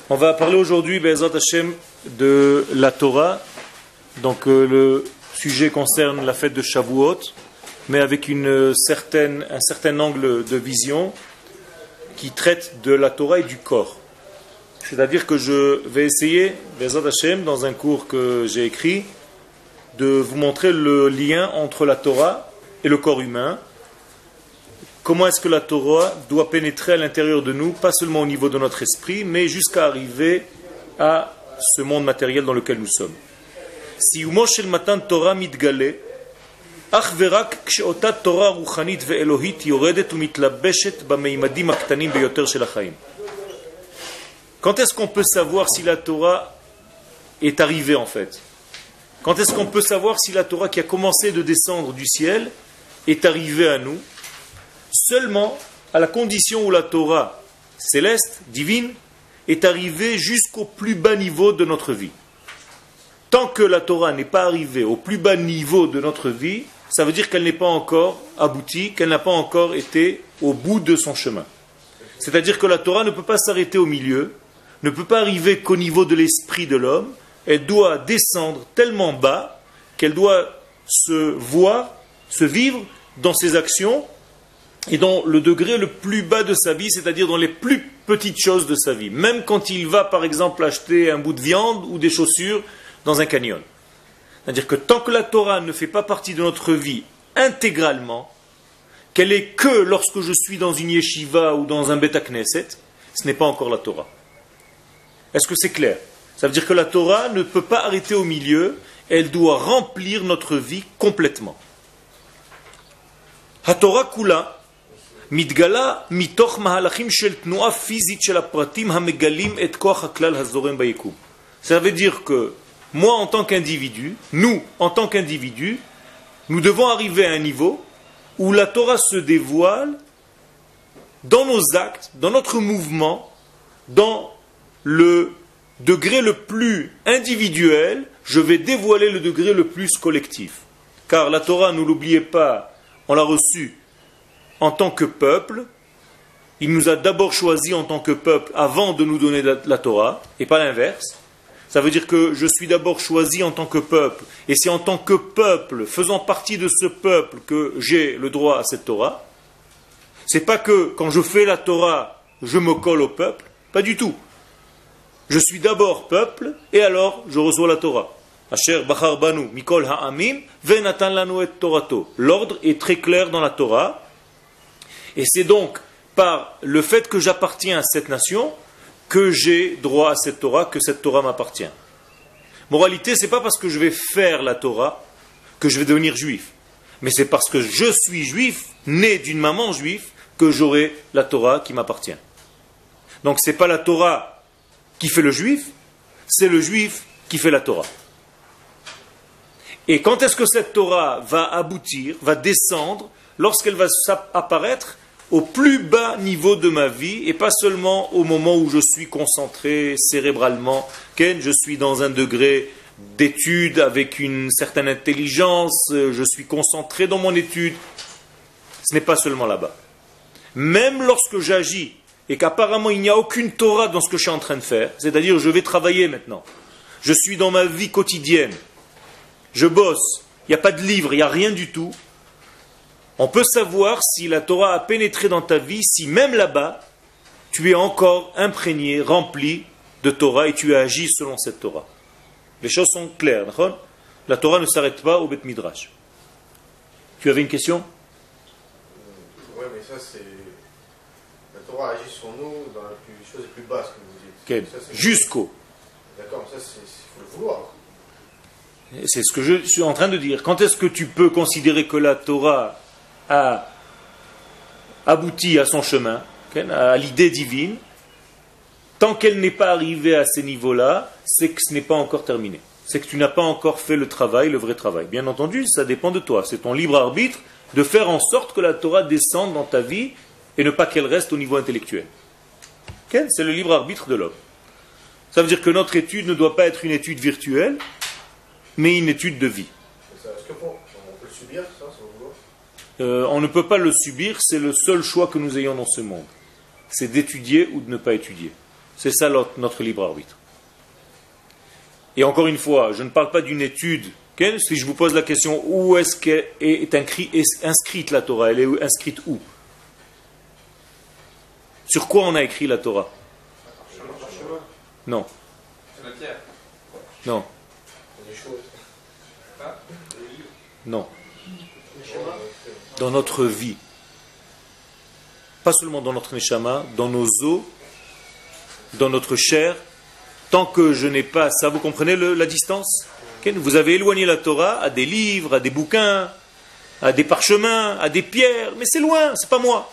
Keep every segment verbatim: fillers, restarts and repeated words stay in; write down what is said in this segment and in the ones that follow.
On va parler aujourd'hui, Be'ezrat Hashem, de la Torah. Donc euh, le sujet concerne la fête de Shavuot, mais avec une certaine, un certain angle de vision qui traite de la Torah et du corps. C'est-à-dire que je vais essayer, Be'ezrat Hashem, dans un cours que j'ai écrit, de vous montrer le lien entre la Torah et le corps humain. Comment est-ce que la Torah doit pénétrer à l'intérieur de nous, pas seulement au niveau de notre esprit, mais jusqu'à arriver à ce monde matériel dans lequel nous sommes. Si Yumo shel matan Torah mitgale, ach verak ksheotat Torah ruchanit ve'elohit yoredet umitlabeshet bameimadim aktanim beyoter shel hachaim. Quand est-ce qu'on peut savoir si la Torah est arrivée en fait? Quand est-ce qu'on peut savoir si la Torah qui a commencé de descendre du ciel est arrivée à nous? Seulement à la condition où la Torah céleste, divine, est arrivée jusqu'au plus bas niveau de notre vie. Tant que la Torah n'est pas arrivée au plus bas niveau de notre vie, ça veut dire qu'elle n'est pas encore aboutie, qu'elle n'a pas encore été au bout de son chemin. C'est-à-dire que la Torah ne peut pas s'arrêter au milieu, ne peut pas arriver qu'au niveau de l'esprit de l'homme, elle doit descendre tellement bas qu'elle doit se voir, se vivre dans ses actions, et dans le degré le plus bas de sa vie, c'est-à-dire dans les plus petites choses de sa vie. Même quand il va, par exemple, acheter un bout de viande ou des chaussures dans un canyon. C'est-à-dire que tant que la Torah ne fait pas partie de notre vie intégralement, qu'elle est que lorsque je suis dans une yeshiva ou dans un Beth Knesset, ce n'est pas encore la Torah. Est-ce que c'est clair? Ça veut dire que la Torah ne peut pas arrêter au milieu, elle doit remplir notre vie complètement. HaTorah kula מתגלה מתוך מהלכים של תנועה פיזית של הפרטים המגלים את כוח הכלל הזורם ביקום. Ça veut dire que moi en tant qu'individu, nous en tant qu'individu, nous devons arriver à un niveau où la Torah se dévoile dans nos actes, dans notre mouvement, dans le degré le plus individuel, je vais dévoiler le degré le plus collectif. Car la Torah, ne l'oubliez pas, on l'a reçue en tant que peuple. Il nous a d'abord choisi en tant que peuple avant de nous donner la, la Torah, et pas l'inverse. Ça veut dire que je suis d'abord choisi en tant que peuple, et c'est en tant que peuple, faisant partie de ce peuple, que j'ai le droit à cette Torah. C'est pas que quand je fais la Torah, je me colle au peuple, pas du tout. Je suis d'abord peuple, et alors je reçois la Torah. Asher bachar banu mikol ha'amim venatan lanu et torato. L'ordre est très clair dans la Torah. Et c'est donc par le fait que j'appartiens à cette nation que j'ai droit à cette Torah, que cette Torah m'appartient. Moralité, c'est pas parce que je vais faire la Torah que je vais devenir juif. Mais c'est parce que je suis juif, né d'une maman juive, que j'aurai la Torah qui m'appartient. Donc c'est pas la Torah qui fait le juif, c'est le juif qui fait la Torah. Et quand est-ce que cette Torah va aboutir, va descendre, lorsqu'elle va apparaître au plus bas niveau de ma vie, et pas seulement au moment où je suis concentré cérébralement, que je suis dans un degré d'étude avec une certaine intelligence, je suis concentré dans mon étude. Ce n'est pas seulement là-bas. Même lorsque j'agis, et qu'apparemment il n'y a aucune Torah dans ce que je suis en train de faire, c'est-à-dire je vais travailler maintenant, je suis dans ma vie quotidienne, je bosse, il n'y a pas de livre, il n'y a rien du tout. On peut savoir si la Torah a pénétré dans ta vie, si même là-bas, tu es encore imprégné, rempli de Torah et tu agis selon cette Torah. Les choses sont claires. La Torah ne s'arrête pas au Beth Midrash. Tu avais une question? Oui, mais ça c'est... La Torah agit sur nous dans la plus... chose les plus basses que vous dites. Okay. Jusqu'au. D'accord, mais ça il faut le vouloir. C'est ce que je suis en train de dire. Quand est-ce que tu peux considérer que la Torah a abouti à son chemin, à l'idée divine? Tant qu'elle n'est pas arrivée à ces niveaux-là, c'est que ce n'est pas encore terminé. C'est que tu n'as pas encore fait le travail, le vrai travail. Bien entendu, ça dépend de toi. C'est ton libre arbitre de faire en sorte que la Torah descende dans ta vie et ne pas qu'elle reste au niveau intellectuel. C'est le libre arbitre de l'homme. Ça veut dire que notre étude ne doit pas être une étude virtuelle, mais une étude de vie. Est-ce qu'on peut le subir, ça, sans vouloir? Euh, on ne peut pas le subir, c'est le seul choix que nous ayons dans ce monde. C'est d'étudier ou de ne pas étudier. C'est ça notre libre arbitre. Et encore une fois, je ne parle pas d'une étude. Okay? Si je vous pose la question, où est-ce qu'est inscrite la Torah? Elle est inscrite où? Sur quoi on a écrit la Torah? Non. Non. Non. Dans notre vie. Pas seulement dans notre neshama, dans nos os, dans notre chair. Tant que je n'ai pas ça, vous comprenez le, la distance? Vous avez éloigné la Torah à des livres, à des bouquins, à des parchemins, à des pierres, mais c'est loin, c'est pas moi.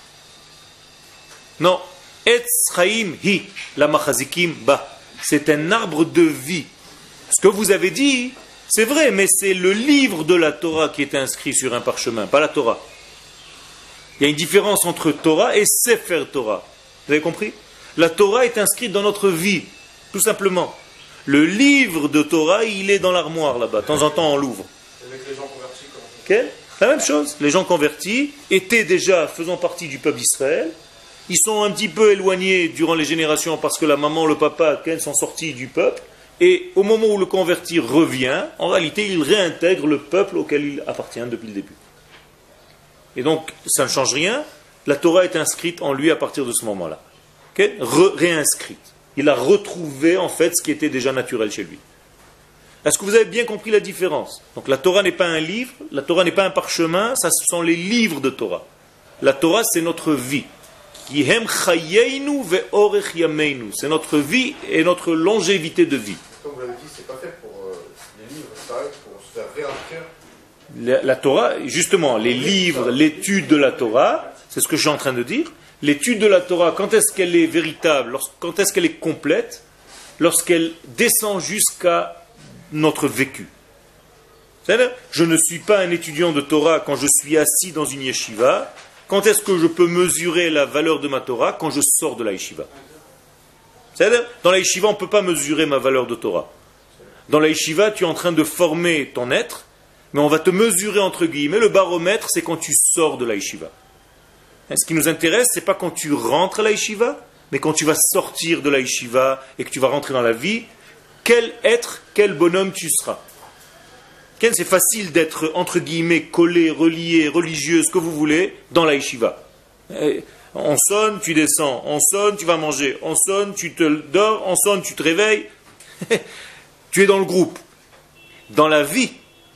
Non. Etz chaim hi la machazikim ba. C'est un arbre de vie. Ce que vous avez dit, c'est vrai, mais c'est le livre de la Torah qui est inscrit sur un parchemin, pas la Torah. Il y a une différence entre Torah et Sefer Torah. Vous avez compris? La Torah est inscrite dans notre vie, tout simplement. Le livre de Torah, il est dans l'armoire là-bas. De temps en temps, on l'ouvre. Avec les gens convertis, comment? Okay? La même chose. Les gens convertis étaient déjà faisant partie du peuple d'Israël. Ils sont un petit peu éloignés durant les générations parce que la maman, le papa, qu'elles sont sortis du peuple. Et au moment où le converti revient, en réalité, il réintègre le peuple auquel il appartient depuis le début. Et donc, ça ne change rien. La Torah est inscrite en lui à partir de ce moment-là. Okay? Re- réinscrite. Il a retrouvé, en fait, ce qui était déjà naturel chez lui. Est-ce que vous avez bien compris la différence? Donc, la Torah n'est pas un livre, la Torah n'est pas un parchemin, ça ce sont les livres de Torah. La Torah, c'est notre vie. C'est notre vie et notre longévité de vie. Comme vous l'avez dit, c'est pas fait pour euh, les livres, c'est pareil, pour se faire réinscrire. La, la Torah, justement, les livres, l'étude de la Torah, c'est ce que je suis en train de dire. L'étude de la Torah, quand est-ce qu'elle est véritable, lorsque, quand est-ce qu'elle est complète? Lorsqu'elle descend jusqu'à notre vécu. C'est-à-dire, je ne suis pas un étudiant de Torah quand je suis assis dans une yeshiva. Quand est-ce que je peux mesurer la valeur de ma Torah? Quand je sors de la yeshiva. C'est-à-dire, dans la yeshiva, on ne peut pas mesurer ma valeur de Torah. Dans la yeshiva, tu es en train de former ton être, mais on va te mesurer entre guillemets. Le baromètre, c'est quand tu sors de la yeshiva. Ce qui nous intéresse, ce n'est pas quand tu rentres à la yeshiva, mais quand tu vas sortir de la yeshiva et que tu vas rentrer dans la vie, quel être, quel bonhomme tu seras. C'est facile d'être, entre guillemets, collé, relié, religieux, ce que vous voulez, dans la yeshiva. On sonne, tu descends. On sonne, tu vas manger. On sonne, tu te dors. On sonne, tu te réveilles. Tu es dans le groupe. Dans la vie,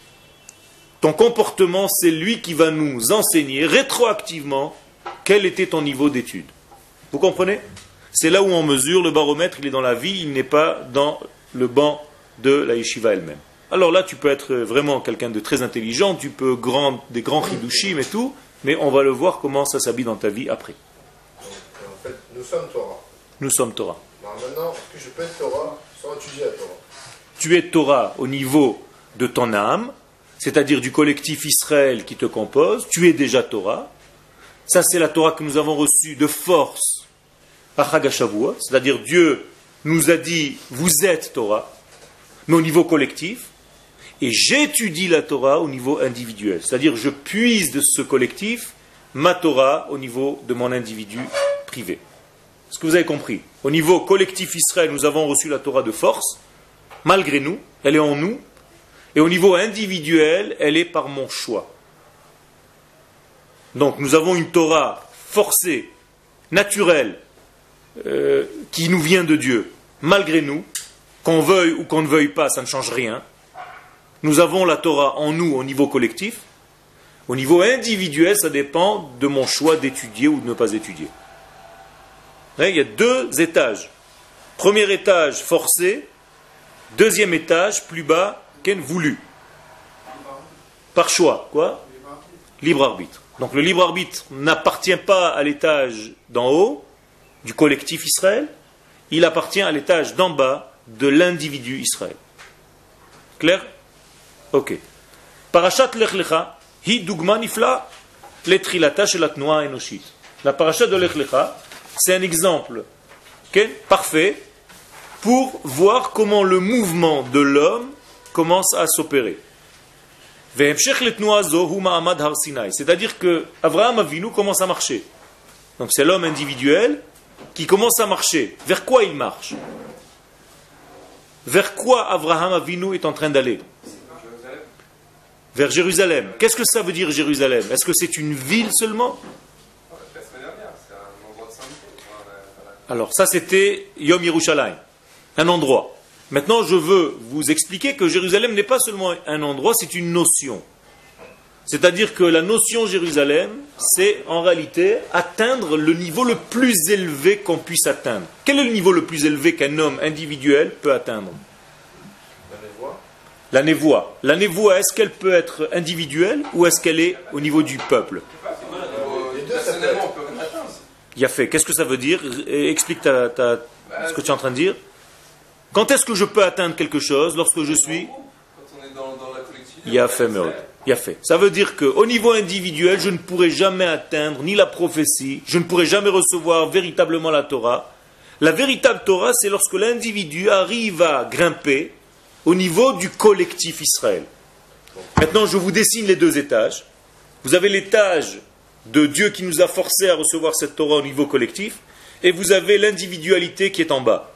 ton comportement, c'est lui qui va nous enseigner rétroactivement quel était ton niveau d'étude. Vous comprenez? C'est là où on mesure, le baromètre, il est dans la vie, il n'est pas dans le banc de la yeshiva elle-même. Alors là, tu peux être vraiment quelqu'un de très intelligent, tu peux grand, des grands chidushim et tout, mais on va le voir comment ça s'habille dans ta vie après. Donc, en fait, nous sommes Torah. Nous sommes Torah. Alors maintenant, est-ce que je peux être Torah sans étudier la Torah? Tu es Torah au niveau de ton âme, c'est-à-dire du collectif Israël qui te compose, tu es déjà Torah. Ça, c'est la Torah que nous avons reçue de force à Chag HaShavuot, c'est-à-dire Dieu nous a dit, vous êtes Torah, mais au niveau collectif. Et j'étudie la Torah au niveau individuel. C'est-à-dire, je puise de ce collectif ma Torah au niveau de mon individu privé. Est-ce que vous avez compris? Au niveau collectif Israël, nous avons reçu la Torah de force, malgré nous, elle est en nous. Et au niveau individuel, elle est par mon choix. Donc, nous avons une Torah forcée, naturelle, euh, qui nous vient de Dieu, malgré nous. Qu'on veuille ou qu'on ne veuille pas, ça ne change rien. Nous avons la Torah en nous au niveau collectif. Au niveau individuel, ça dépend de mon choix d'étudier ou de ne pas étudier. Il y a deux étages. Premier étage, forcé. Deuxième étage, plus bas, qu'est voulu. Par choix, quoi? Libre arbitre. Donc le libre arbitre n'appartient pas à l'étage d'en haut, du collectif Israël. Il appartient à l'étage d'en bas, de l'individu Israël. Clair? Ok. Parashat Lech Lecha, hi dugma nifla letrilata shel hatnoa enoshit. La parashat de Lech Lecha, c'est un exemple okay, parfait pour voir comment le mouvement de l'homme commence à s'opérer. C'est-à-dire que Avraham Avinu commence à marcher. Donc c'est l'homme individuel qui commence à marcher, vers quoi il marche? Vers quoi Abraham Avinu est en train d'aller? Vers Jérusalem. Qu'est-ce que ça veut dire Jérusalem? Est-ce que c'est une ville seulement? Alors ça c'était Yom Yerushalayim, un endroit. Maintenant je veux vous expliquer que Jérusalem n'est pas seulement un endroit, c'est une notion. C'est-à-dire que la notion Jérusalem, c'est en réalité atteindre le niveau le plus élevé qu'on puisse atteindre. Quel est le niveau le plus élevé qu'un homme individuel peut atteindre? La névoie. La névoie. La névoie, est-ce qu'elle peut être individuelle ou est-ce qu'elle est au niveau du peuple? Les deux, ça peut être. Il a fait. Qu'est-ce que ça veut dire? Explique ta, ta, ce que tu es en train de dire. Quand est-ce que je peux atteindre quelque chose? Lorsque je suis... Quand on est dans, dans la collectivité. Il a fait, Meod. Il a fait. Ça veut dire qu'au niveau individuel, je ne pourrai jamais atteindre ni la prophétie, je ne pourrai jamais recevoir véritablement la Torah. La véritable Torah, c'est lorsque l'individu arrive à grimper au niveau du collectif Israël. Maintenant, je vous dessine les deux étages. Vous avez l'étage de Dieu qui nous a forcés à recevoir cette Torah au niveau collectif, et vous avez l'individualité qui est en bas.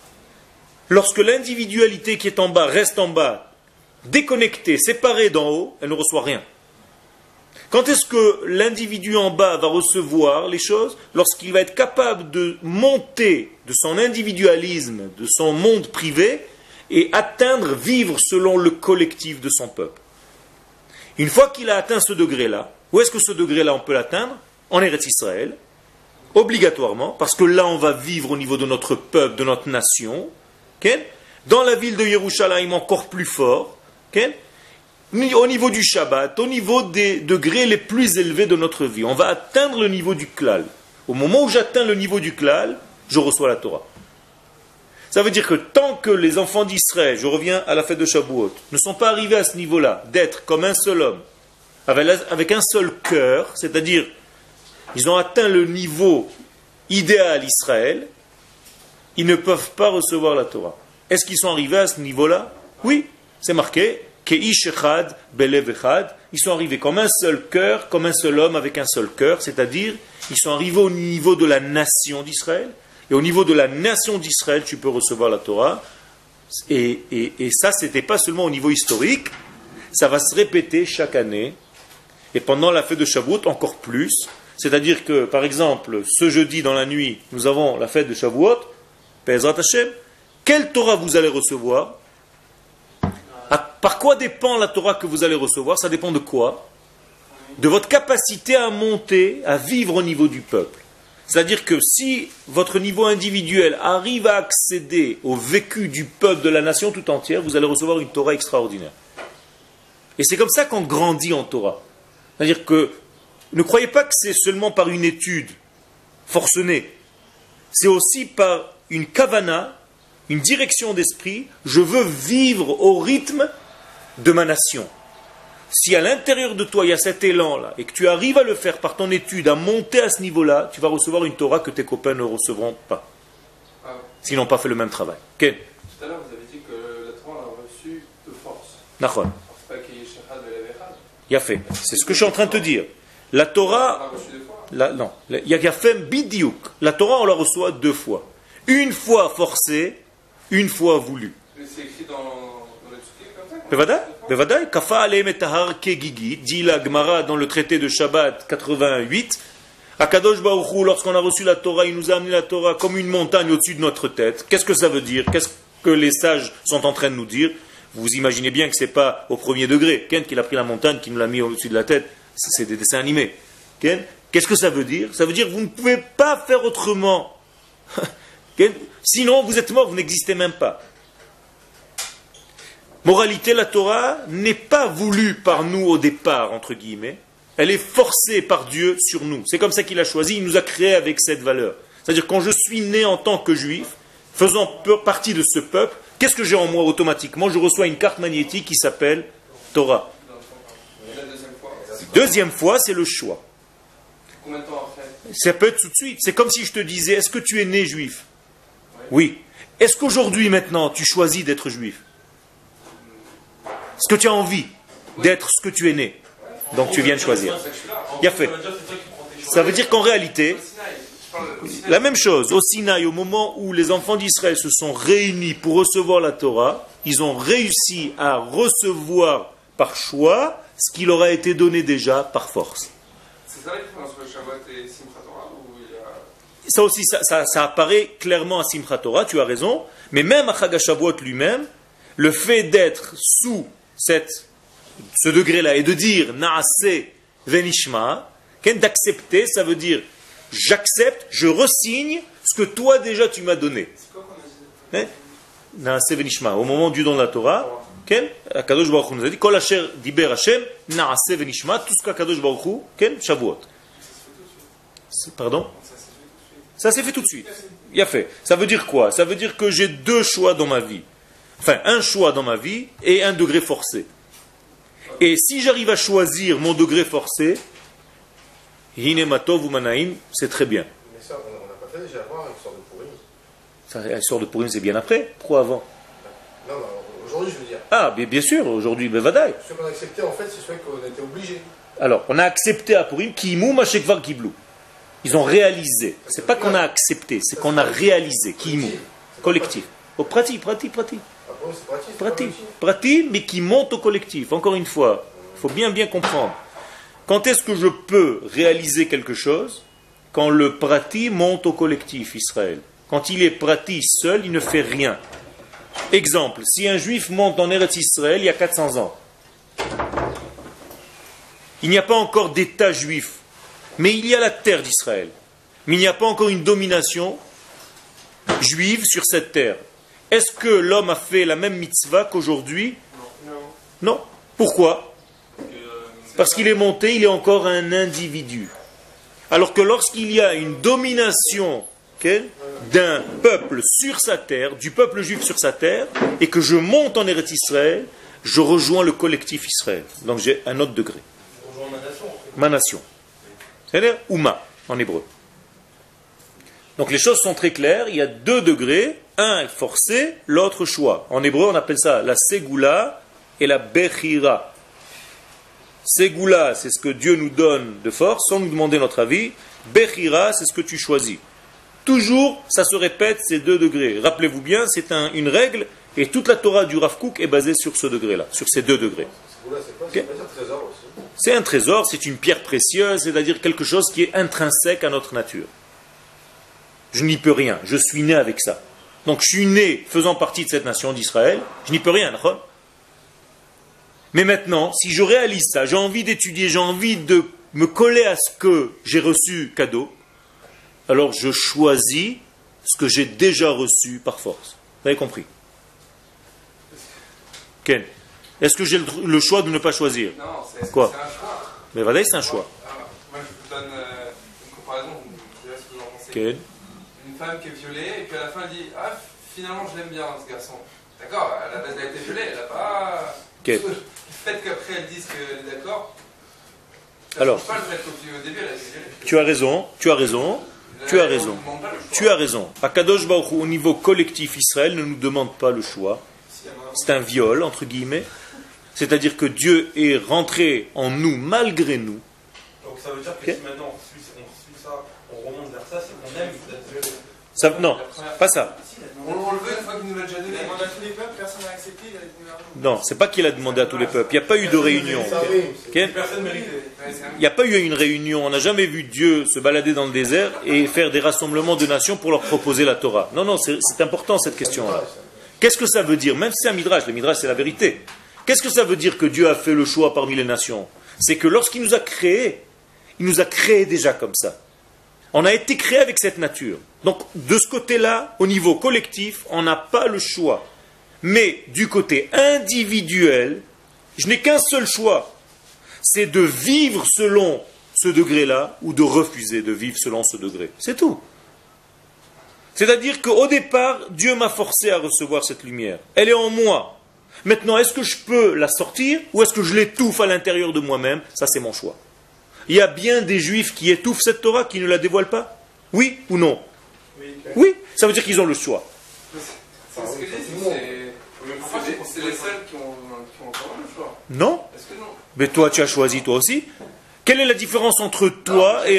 Lorsque l'individualité qui est en bas reste en bas, déconnectée, séparée d'en haut, elle ne reçoit rien. Quand est-ce que l'individu en bas va recevoir les choses? Lorsqu'il va être capable de monter de son individualisme, de son monde privé, et atteindre, vivre selon le collectif de son peuple. Une fois qu'il a atteint ce degré-là, où est-ce que ce degré-là on peut l'atteindre? En Eretz Israël, obligatoirement, parce que là on va vivre au niveau de notre peuple, de notre nation, okay? Dans la ville de Yerushalayim encore plus fort, okay? Au niveau du Shabbat, au niveau des degrés les plus élevés de notre vie. On va atteindre le niveau du klal. Au moment où j'atteins le niveau du klal, je reçois la Torah. Ça veut dire que tant que les enfants d'Israël, je reviens à la fête de Shavuot, ne sont pas arrivés à ce niveau-là, d'être comme un seul homme, avec un seul cœur, c'est-à-dire, ils ont atteint le niveau idéal Israël, ils ne peuvent pas recevoir la Torah. Est-ce qu'ils sont arrivés à ce niveau-là? Oui, c'est marqué. Keish echad, belev echad. Ils sont arrivés comme un seul cœur, comme un seul homme avec un seul cœur, c'est-à-dire, ils sont arrivés au niveau de la nation d'Israël. Et au niveau de la nation d'Israël, tu peux recevoir la Torah. Et, et, et ça, ce n'était pas seulement au niveau historique, ça va se répéter chaque année. Et pendant la fête de Shavuot, encore plus. C'est-à-dire que, par exemple, ce jeudi dans la nuit, nous avons la fête de Shavuot, Pe'ezrat Hashem. Quelle Torah vous allez recevoir? Par quoi dépend la Torah que vous allez recevoir? Ça dépend de quoi? De votre capacité à monter, à vivre au niveau du peuple. C'est-à-dire que si votre niveau individuel arrive à accéder au vécu du peuple, de la nation tout entière, vous allez recevoir une Torah extraordinaire. Et c'est comme ça qu'on grandit en Torah. C'est-à-dire que ne croyez pas que c'est seulement par une étude forcenée. C'est aussi par une kavana, une direction d'esprit. Je veux vivre au rythme de ma nation. Si à l'intérieur de toi il y a cet élan-là, et que tu arrives à le faire par ton étude, à monter à ce niveau-là, tu vas recevoir une Torah que tes copains ne recevront pas. Ah. S'ils n'ont pas fait le même travail. Okay. Tout à l'heure, vous avez dit que la Torah l'a reçue de force. Nachon. C'est pas Keish echad, belev echad. Il a fait. C'est ce que je suis en train de te dire. La Torah... On l'a reçue deux fois. La, non. Il y a fait bidiouk. La Torah, on la reçoit deux fois. Une fois forcée, une fois voulue. Mais c'est écrit dans, dans les psukim comme ça? Bevada, Bevada, Kafa alem et tahar kegigi, dit la Gemara dans le traité de Shabbat quatre-vingt-huit. Akadosh Baruch Hu, lorsqu'on a reçu la Torah, il nous a amené la Torah comme une montagne au-dessus de notre tête. Qu'est-ce que ça veut dire? Qu'est-ce que les sages sont en train de nous dire? Vous imaginez bien que ce n'est pas au premier degré. Ken, qu'il a pris la montagne, qu'il nous l'a mis au-dessus de la tête, c'est des dessins animés. Ken, qu'est-ce que ça veut dire? Ça veut dire que vous ne pouvez pas faire autrement. Ken, sinon, vous êtes mort, vous n'existez même pas. Moralité, la Torah n'est pas voulue par nous au départ, entre guillemets. Elle est forcée par Dieu sur nous. C'est comme ça qu'il a choisi, il nous a créés avec cette valeur. C'est-à-dire, quand je suis né en tant que juif, faisant partie de ce peuple, qu'est-ce que j'ai en moi automatiquement? Je reçois une carte magnétique qui s'appelle Torah. La deuxième fois. Deuxième fois, c'est le choix. Combien de temps après? Ça peut être tout de suite. C'est comme si je te disais, est-ce que tu es né juif? Oui. Est-ce qu'aujourd'hui, maintenant, tu choisis d'être juif? Est-ce que tu as envie d'être ce que tu es né? Donc tu viens de choisir. Il a fait. Ça veut dire qu'en réalité, le- au Sinaï. La même chose, au Sinaï, au moment où les enfants d'Israël se sont réunis pour recevoir la Torah, ils ont réussi à recevoir par choix ce qui leur a été donné déjà par force. C'est ça la différence entre Shabbat et Simchat Torah où il y a... Ça aussi, ça, ça- ça apparaît clairement à Simchat Torah, tu as raison, mais même à Chag HaShavuot lui-même, le fait d'être sous cette, ce degré-là et de dire Naase Venishma, d'accepter, ça veut dire j'accepte, je resigne ce que toi déjà tu m'as donné. C'est quoi qu'on a dit? Hein? Naase Venishma, au moment du don de la Torah, Ken, Akadosh Baruch Hu nous a dit Kol Asher Diber Hashem, Naase Venishma, tout ce qu'Akadosh Baruch Hu, Ken, Shavuot. C'est- Pardon? Ça s'est fait tout de suite. Il a fait. Ça veut dire quoi? Ça veut dire que j'ai deux choix dans ma vie. Enfin, un choix dans ma vie et un degré forcé. Et si j'arrive à choisir mon degré forcé, Hine Matov ou Manaim, c'est très bien. Mais ça, on n'a pas fait déjà voir une sorte de pourri. Ça, l'histoire de Purim, c'est bien après. Pourquoi avant? Non, non, aujourd'hui, je veux dire. Ah, bien, bien sûr, aujourd'hui, Bevadaï. Ce qu'on a accepté, en fait, c'est ce qu'on était obligé. Alors, on a accepté à Purim, Kimu Mashekvar Kiblou. Ils ont réalisé. C'est pas qu'on a accepté, c'est qu'on a réalisé. Kimu. Collectif. Au prati, prati, prati. Après, c'est pratique. c'est pas Prati. collectif. Prati, mais qui monte au collectif. Encore une fois, il faut bien bien comprendre. Quand est-ce que je peux réaliser quelque chose? Quand le prati monte au collectif, Israël. Quand il est prati seul, il ne fait rien. Exemple, si un juif monte en Eretz Israël il y a quatre cents ans, il n'y a pas encore d'État juif, mais il y a la terre d'Israël. Mais il n'y a pas encore une domination juive sur cette terre. Est-ce que l'homme a fait la même mitzvah qu'aujourd'hui? Non. Non. Pourquoi? Parce qu'il est monté, il est encore un individu. Alors que lorsqu'il y a une domination ok, d'un peuple sur sa terre, du peuple juif sur sa terre, et que je monte en Eretz Israël, je rejoins le collectif Israël. Donc j'ai un autre degré. On rejoint ma nation. en fait. Ma nation. C'est-à-dire Ouma en hébreu. Donc les choses sont très claires, il y a deux degrés, un forcé, l'autre choix. En hébreu on appelle ça la Ségoula et la Bechira. Ségoula, c'est ce que Dieu nous donne de force, sans nous demander notre avis. Bechira, c'est ce que tu choisis. Toujours, ça se répète, ces deux degrés. Rappelez-vous bien, c'est un- une règle, et toute la Torah du Rav Kook est basée sur ce degré-là, sur ces deux degrés. C'est là, c'est quoi? Ok. C'est pas dire trésor aussi. C'est un trésor, c'est une pierre précieuse, c'est-à-dire quelque chose qui est intrinsèque à notre nature. Je n'y peux rien, je suis né avec ça. Donc je suis né faisant partie de cette nation d'Israël, je n'y peux rien, d'accord? Mais maintenant, si je réalise ça, j'ai envie d'étudier, j'ai envie de me coller à ce que j'ai reçu cadeau, alors je choisis ce que j'ai déjà reçu par force. Vous avez compris? Ken, est-ce que j'ai le, le choix de ne pas choisir? Non, c'est Quoi? c'est un choix. Mais voilà, c'est un choix. Ah, moi, je vous donne euh, une comparaison, vous direz ce que vous en pensez. Ken, Une femme qui est violée, et puis à la fin elle dit ah finalement je l'aime bien ce garçon. D'accord, à la base elle a été violée, elle n'a pas. Ok. Le fait qu'après elle dise qu'elle est d'accord. Ça Alors. change pas le fait qu'au début elle a été violée. tu as raison, tu as raison, tu as raison. On demande pas le choix. Tu as raison. Akadosh Baruch Hu, au niveau collectif, Israël ne nous demande pas le choix. C'est un viol, entre guillemets. C'est-à-dire que Dieu est rentré en nous malgré nous. Donc ça veut dire que Ok. si maintenant on suit, on suit ça, on remonte vers ça, c'est qu'on aime d'être violé. Ça, non, pas ça. On, on le veut une fois qu'il nous l'a déjà donné. On a tous les peuples, personne n'a accepté, il a dit Non, c'est pas qu'il a demandé à tous les peuples. Il n'y a pas eu de réunion. Ça arrive. Ok. personne mérite. Ouais, c'est un- Il n'y a pas eu une réunion. On n'a jamais vu Dieu se balader dans le désert et faire des rassemblements de nations pour leur proposer la Torah. Non, non, c'est c'est important cette question-là. Qu'est-ce que ça veut dire? Même si c'est un midrash, le midrash c'est la vérité. Qu'est-ce que ça veut dire que Dieu a fait le choix parmi les nations? C'est que lorsqu'il nous a créés, il nous a créés déjà comme ça. On a été créé avec cette nature. Donc de ce côté-là, au niveau collectif, on n'a pas le choix. Mais du côté individuel, je n'ai qu'un seul choix. C'est de vivre selon ce degré-là ou de refuser de vivre selon ce degré. C'est tout. C'est-à-dire qu'au départ, Dieu m'a forcé à recevoir cette lumière. Elle est en moi. Maintenant, est-ce que je peux la sortir ou est-ce que je l'étouffe à l'intérieur de moi-même? Ça, c'est mon choix. Il y a bien des juifs qui étouffent cette Torah, qui ne la dévoilent pas? Oui ou non? Oui, ça veut dire qu'ils ont le choix. C'est ce que je dis, c'est- c'est c'est les seuls qui ont, qui ont encore le choix. Non? Est-ce que non? Mais toi, tu as choisi toi aussi. Quelle est la différence entre toi Non, et un... c'est ce que moi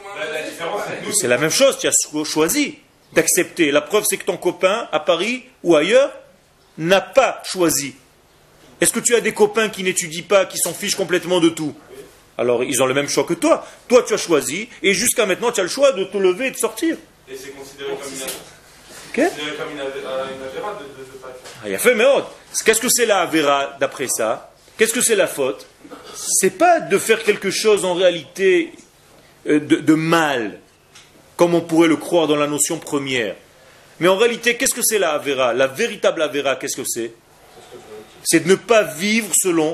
La, la différence, c'est que nous, C'est la même chose, tu as cho- choisi d'accepter. La preuve, c'est que ton copain, à Paris ou ailleurs, n'a pas choisi. Est-ce que tu as des copains qui n'étudient pas, qui s'en fichent complètement de tout? Alors, ils ont le même choix que toi. Toi, tu as choisi, et jusqu'à maintenant, tu as le choix de te lever et de sortir. et c'est considéré comme une, Ok? considéré comme une, ave- euh, une avéra de ne pas le faire. Ah, il a fait, mais oh, qu'est-ce que c'est la Avera d'après ça? Qu'est-ce que c'est la faute? C'est pas de faire quelque chose en réalité euh, de, de mal, comme on pourrait le croire dans la notion première. Mais en réalité, qu'est-ce que c'est la Avera? La véritable Avera, qu'est-ce que c'est? C'est de ne pas vivre selon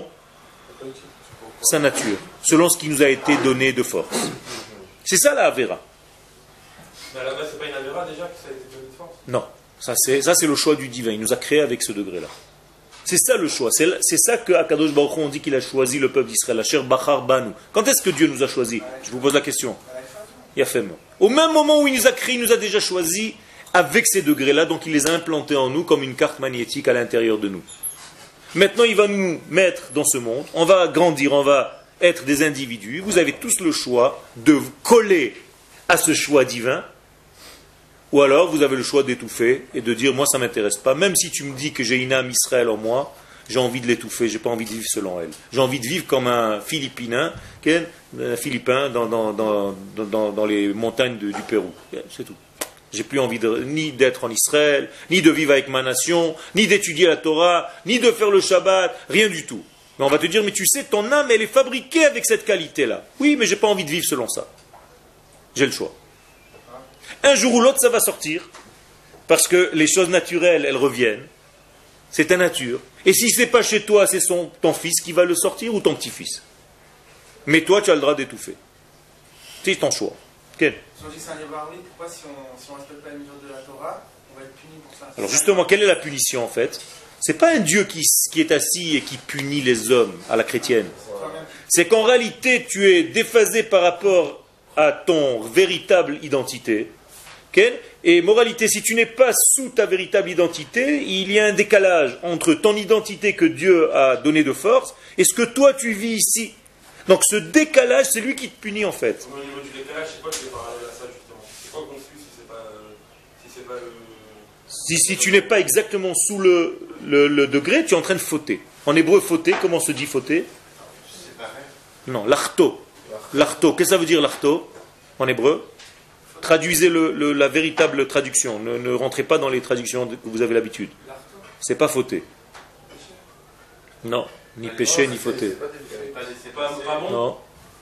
sa nature, selon ce qui nous a été donné de force. C'est ça la Avera. Mais à la base, c'est pas une avéra déjà que ça a été donné de force. Non, ça c'est, ça c'est le choix du divin. Il nous a créés avec ce degré-là. C'est ça le choix. C'est, c'est ça que Akadosh Baruch Hu, on dit qu'il a choisi le peuple d'Israël. Asher Bachar Banu. Quand est-ce que Dieu nous a choisi? Je vous pose la question. Il a fait mort. Au même moment où il nous a créés, il nous a déjà choisi avec ces degrés-là, donc il les a implantés en nous comme une carte magnétique à l'intérieur de nous. Maintenant, il va nous mettre dans ce monde, on va grandir, on va être des individus. Vous avez tous le choix de vous coller à ce choix divin, ou alors vous avez le choix d'étouffer et de dire, moi ça ne m'intéresse pas, même si tu me dis que j'ai une âme Israël en moi, j'ai envie de l'étouffer, j'ai pas envie de vivre selon elle. J'ai envie de vivre comme un Philippin, un Philippin dans, dans, dans, dans, dans les montagnes de- du Pérou. C'est tout. J'ai plus envie de, ni d'être en Israël, ni de vivre avec ma nation, ni d'étudier la Torah, ni de faire le Shabbat, rien du tout. Mais on va te dire, mais tu sais, ton âme, elle est fabriquée avec cette qualité-là. Oui, mais j'ai pas envie de vivre selon ça. J'ai le choix. Un jour ou l'autre, ça va sortir, parce que les choses naturelles, elles reviennent. C'est ta nature. Et si c'est pas chez toi, c'est son, ton fils qui va le sortir ou ton petit-fils. Mais toi, tu as le droit d'étouffer. C'est ton choix. Quel? Si on dit que c'est un libre arbitre, pourquoi si on si ne respecte pas les mesures de la Torah, on va être puni pour ça? Alors justement, quelle est la punition en fait? C'est pas un Dieu qui, qui est assis et qui punit les hommes à la chrétienne. C'est qu'en réalité, tu es déphasé par rapport à ton véritable identité. Ok? Et moralité, si tu n'es pas sous ta véritable identité, il y a un décalage entre ton identité que Dieu a donnée de force et ce que toi tu vis ici. Donc ce décalage, c'est lui qui te punit en fait. Au niveau du décalage, c'est quoi qui est parallèle à ça justement? C'est quoi qu'on suit si c'est pas, euh, si c'est pas le. Si, si tu n'es pas exactement sous le, le, le degré, tu es en train de fauter. En hébreu, fauter, comment se dit fauter? C'est pareil. Non, l'arto. L'arto, qu'est-ce que ça veut dire l'arto en hébreu? Traduisez le, le- la véritable traduction. Ne, ne rentrez pas dans les traductions que vous avez l'habitude. C'est pas fauter. Non, ni péché, ni fauter. C'est pas dévié. C'est pas, pas bon? Non,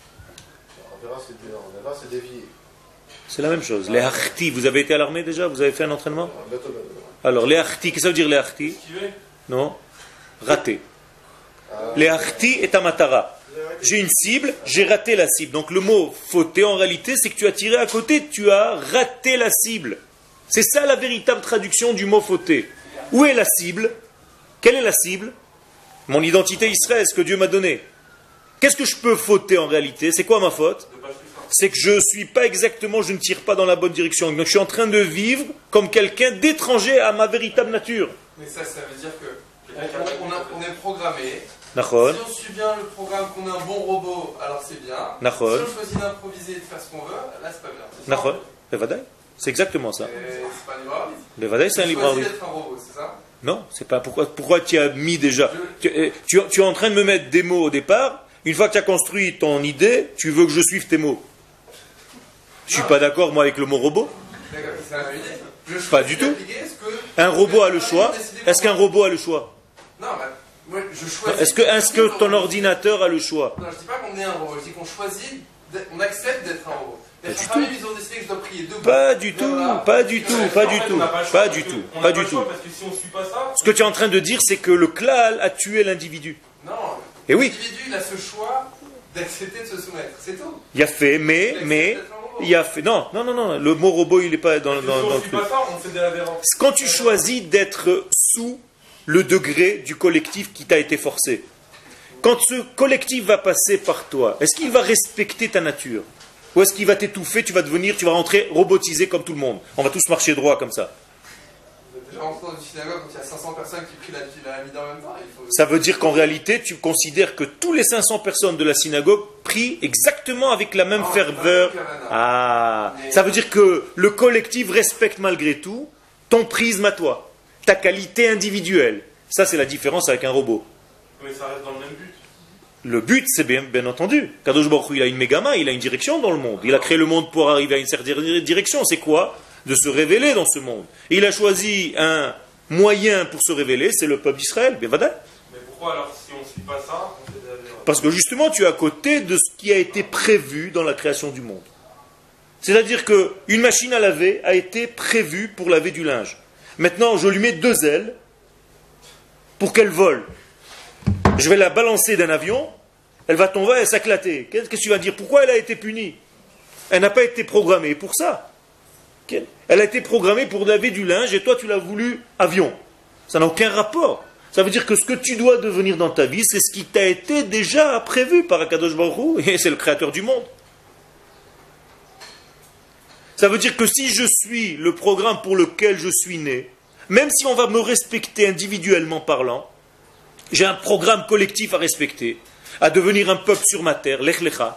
On verra, c'est dé- on verra, c'est dévié. c'est la même chose. Les harti, vous avez été à l'armée déjà? Vous avez fait un entraînement? Un bateau, bateau. Alors, les harti, qu'est-ce que ça veut dire les harti? Esquiver? Non, raté. Les harti est amatara. J'ai une cible, j'ai raté la cible. Donc le mot fauter en réalité, c'est que tu as tiré à côté, tu as raté la cible. C'est ça la véritable traduction du mot fauter. Où est la cible? Quelle est la cible? Mon identité Israël, ce que Dieu m'a donné. Qu'est-ce que je peux fauter en réalité? C'est quoi ma faute? De pas suivre ça. C'est que je ne suis pas exactement, je ne tire pas dans la bonne direction. Donc je suis en train de vivre comme quelqu'un d'étranger à ma véritable nature. Mais ça, ça veut dire que on, on- on a- on est programmé. Nachon, Si on suit bien le programme, qu'on est un bon robot, alors c'est bien. Nachon. Si on choisit d'improviser et de faire ce qu'on veut, là c'est pas bien. C'est ça, Nachon, en fait. Levadaï. C'est exactement ça. Et c'est pas un libre arbitre. Levadaï, c'est un Tu libre choisis arbitre. d'être un robot, c'est ça? Non, c'est pas pourquoi. Pourquoi tu as mis déjà tu, eh, tu- tu es en train de me mettre des mots au départ. Une fois que tu as construit ton idée, tu veux que je suive tes mots. Je suis pas d'accord moi avec le mot robot. D'accord, c'est la vérité. Je Pas choisis du tout. d'appliquer ce que- Un robot a le choix. Est-ce qu'un robot a le choix? Non, bah, moi je choisis. Est-ce que, est-ce que ton ordinateur a le choix? Non, je dis pas qu'on est un robot, je dis qu'on choisit, d'être- on accepte d'être un robot. Pas D'être du un famille, ils ont décidé que je dois prier debout. Pas du tout, Voilà. pas du tout, pas du En fait, tout, on n'a pas le choix pas parce du que- tout, on n'a pas pas du le choix tout. parce que si on suit pas ça, Ce que tu es en train de dire, c'est que le klal a tué l'individu. Non, Eh oui. l'individu il a ce choix d'accepter de se soumettre, c'est tout. Il a fait, mais, Il accepte mais, d'être un robot. il a fait. Non, non, non, non. Le mot robot, il n'est pas dans, si dans, dans on le suit truc. pas ça, on fait de la véra. Quand tu choisis d'être sous le degré du collectif qui t'a été forcé, quand ce collectif va passer par toi, est-ce qu'il va respecter ta nature? Ou est-ce qu'il va t'étouffer, tu vas devenir, tu vas rentrer robotisé comme tout le monde? On va tous marcher droit comme ça. Vous êtes déjà rentré dans une synagogue quand il y a cinq cents personnes qui prient la, la Hamida en même temps, il faut... Ça veut dire qu'en réalité, tu considères que tous les cinq cents personnes de la synagogue prient pris exactement avec la même Non, ferveur. pas avec Havana. Ah, Mais- ça veut dire que le collectif respecte malgré tout ton prisme à toi, ta qualité individuelle. Ça, c'est la différence avec un robot. Mais ça reste dans le même but. Le but, c'est bien, bien entendu. Kadosh Baruch Hu, il a une mégama, il a une direction dans le monde. Il a créé le monde pour arriver à une certaine direction. C'est quoi? De se révéler dans ce monde. Et il a choisi un moyen pour se révéler, c'est le peuple d'Israël. Ben, voilà. Mais pourquoi alors, si on ne suit pas ça, on fait des erreurs? Parce que justement, tu es à côté de ce qui a été prévu dans la création du monde. C'est-à-dire qu'une machine à laver a été prévue pour laver du linge. Maintenant, je lui mets deux ailes pour qu'elle vole. Je vais la balancer d'un avion, elle va tomber et s'éclater. Qu'est-ce que tu vas dire? Pourquoi elle a été punie? Elle n'a pas été programmée pour ça. Elle a été programmée pour laver du linge et toi tu l'as voulu avion. Ça n'a aucun rapport. Ça veut dire que ce que tu dois devenir dans ta vie, c'est ce qui t'a été déjà prévu par Akadosh Baruch Hu, et c'est le créateur du monde. Ça veut dire que si je suis le programme pour lequel je suis né, même si on va me respecter individuellement parlant, j'ai un programme collectif à respecter, à devenir un peuple sur ma terre, lech lecha.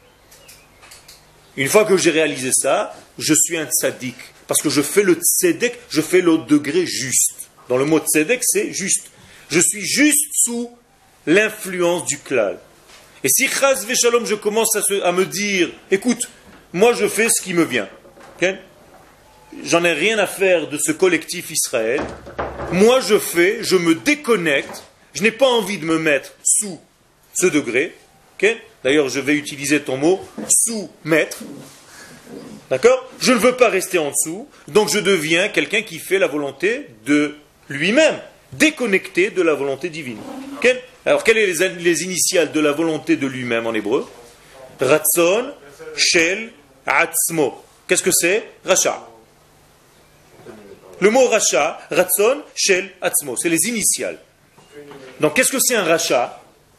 Une fois que j'ai réalisé ça, je suis un tzaddik. Parce que je fais le tzedek, je fais le degré juste. Dans le mot tzedek, c'est juste. Je suis juste sous l'influence du klal. Et si chas v'shalom, je commence à, se, à me dire, écoute, moi je fais ce qui me vient. Okay? J'en ai rien à faire de ce collectif Israël. Moi je fais, je me déconnecte. Je n'ai pas envie de me mettre sous ce degré. Okay? D'ailleurs, je vais utiliser ton mot, sous-mettre. D'accord? Je ne veux pas rester en dessous. Donc je deviens quelqu'un qui fait la volonté de lui-même, déconnecté de la volonté divine. Okay? Alors, quelles sont les, les initiales de la volonté de lui-même en hébreu? Ratzon, Shel, Atzmo. Qu'est-ce que c'est? Racha. Le mot Racha, Ratzon, Shel, Atzmo, c'est les initiales. Donc, qu'est-ce que c'est un Racha?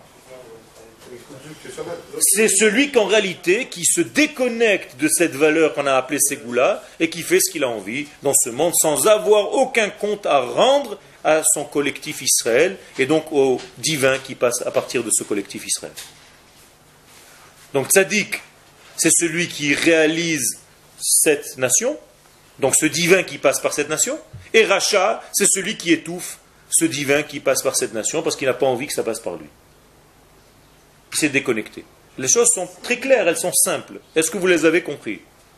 C'est celui qu'en réalité, qui se déconnecte de cette valeur qu'on a appelée Ségoula et qui fait ce qu'il a envie dans ce monde sans avoir aucun compte à rendre à son collectif Israël et donc au divin qui passe à partir de ce collectif Israël. Donc Tzadik, c'est celui qui réalise cette nation, donc ce divin qui passe par cette nation, et Racha, c'est celui qui étouffe ce divin qui passe par cette nation parce qu'il n'a pas envie que ça passe par lui. Il s'est déconnecté. Les choses sont très claires, elles sont simples. Est-ce que vous les avez compris?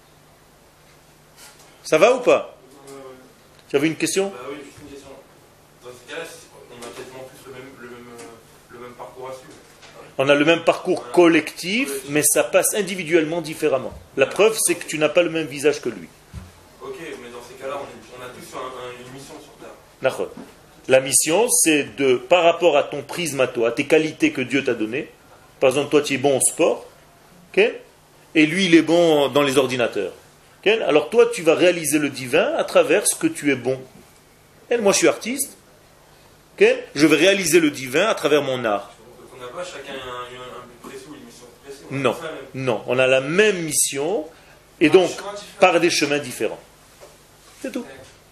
Ça va ou pas? Tu avais une question? Bah oui, juste une question. Dans ce cas-là, on a quasiment plus le même, le même, euh, le même parcours à suivre. On a le même parcours collectif, mais ça passe individuellement différemment. La preuve, c'est que tu n'as pas le même visage que lui. Ok, mais dans ces cas-là, on, est- on a tous un- un- une mission sur Terre. D'accord. La mission, c'est de, par rapport à ton prisme à toi, à tes qualités que Dieu t'a données, par exemple, toi, tu es bon au sport, okay? Et lui, il est bon dans les ordinateurs. Okay? Alors toi, tu vas réaliser le divin à travers ce que tu es bon. Et moi, je suis artiste. Okay? Je vais réaliser le divin à travers mon art. Donc on n'a pas chacun un, un, un but précis ou une mission précise. On a Non, tous la même. non. On a la même mission, et donc par des chemins différents. C'est tout.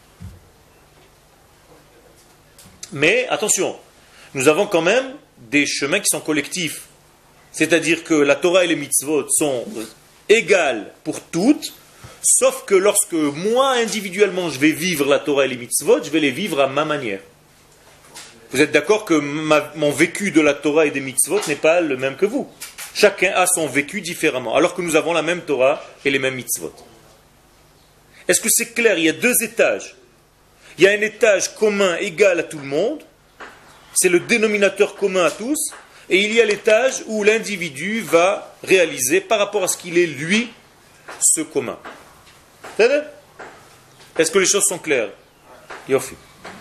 Mais attention, nous avons quand même des chemins qui sont collectifs. C'est-à-dire que la Torah et les mitzvot sont égales pour toutes, sauf que lorsque moi, individuellement, je vais vivre la Torah et les mitzvot, je vais les vivre à ma manière. Vous êtes d'accord que ma- mon vécu de la Torah et des mitzvot n'est pas le même que vous. Chacun a son vécu différemment, alors que nous avons la même Torah et les mêmes mitzvot. Est-ce que c'est clair? Il y a deux étages. Il y a un étage commun égal à tout le monde, c'est le dénominateur commun à tous, et il y a l'étage où l'individu va réaliser par rapport à ce qu'il est lui, ce commun. Est-ce que les choses sont claires? Yofi.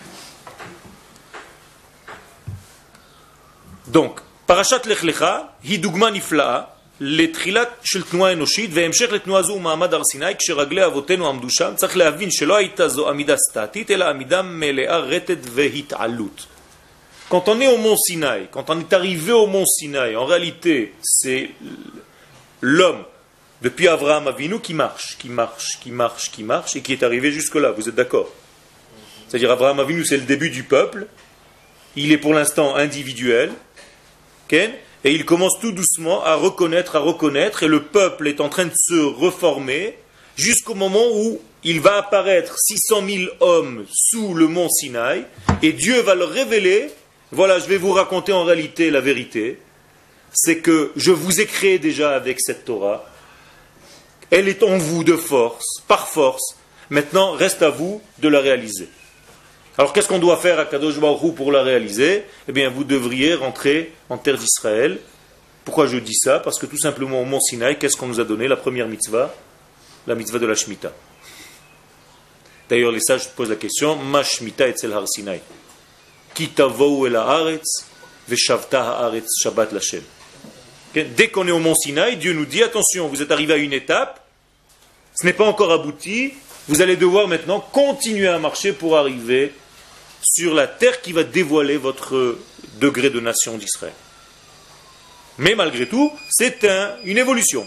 Donc, Parashat Lech Lecha, hi dugma nifla'a, לתחילת של תנועה אנושית והמשך לתנועה זו מעמד הר סיני כשרגלי אבותינו עמדו שם. צריך להבין שלא הייתה זו עמידה סטטית אלא עמידה מלאה רטט והתעלות. Quand on est au mont Sinaï, quand on est arrivé au mont Sinaï, en réalité c'est l'homme depuis Avraham Avinu qui marche, qui marche, qui marche, qui marche et qui est arrivé jusque là, vous êtes d'accord? C'est-à-dire Avraham Avinu c'est le début du peuple, il est pour l'instant individuel, okay? Et il commence tout doucement à reconnaître, à reconnaître, et le peuple est en train de se reformer jusqu'au moment où il va apparaître six cent mille hommes sous le mont Sinaï, et Dieu va leur révéler, voilà, je vais vous raconter en réalité la vérité, c'est que je vous ai créé déjà avec cette Torah, elle est en vous de force, par force, maintenant reste à vous de la réaliser. Alors qu'est-ce qu'on doit faire à Kadosh Baruch Hu pour la réaliser? Eh bien vous devriez rentrer en terre d'Israël. Pourquoi je dis ça? Parce que tout simplement au mont Sinaï, qu'est-ce qu'on nous a donné? La première mitzvah, la mitzvah de la Shemitah. D'ailleurs les sages posent la question, Ma Shemitah etzel har Sinaï Ki tavou el haaretz veshavta haaretz Shabbat l'Hashem. Dès qu'on est au mont Sinaï, Dieu nous dit, attention, vous êtes arrivé à une étape, ce n'est pas encore abouti, vous allez devoir maintenant continuer à marcher pour arriver sur la terre qui va dévoiler votre degré de nation d'Israël. Mais malgré tout, c'est un, une évolution.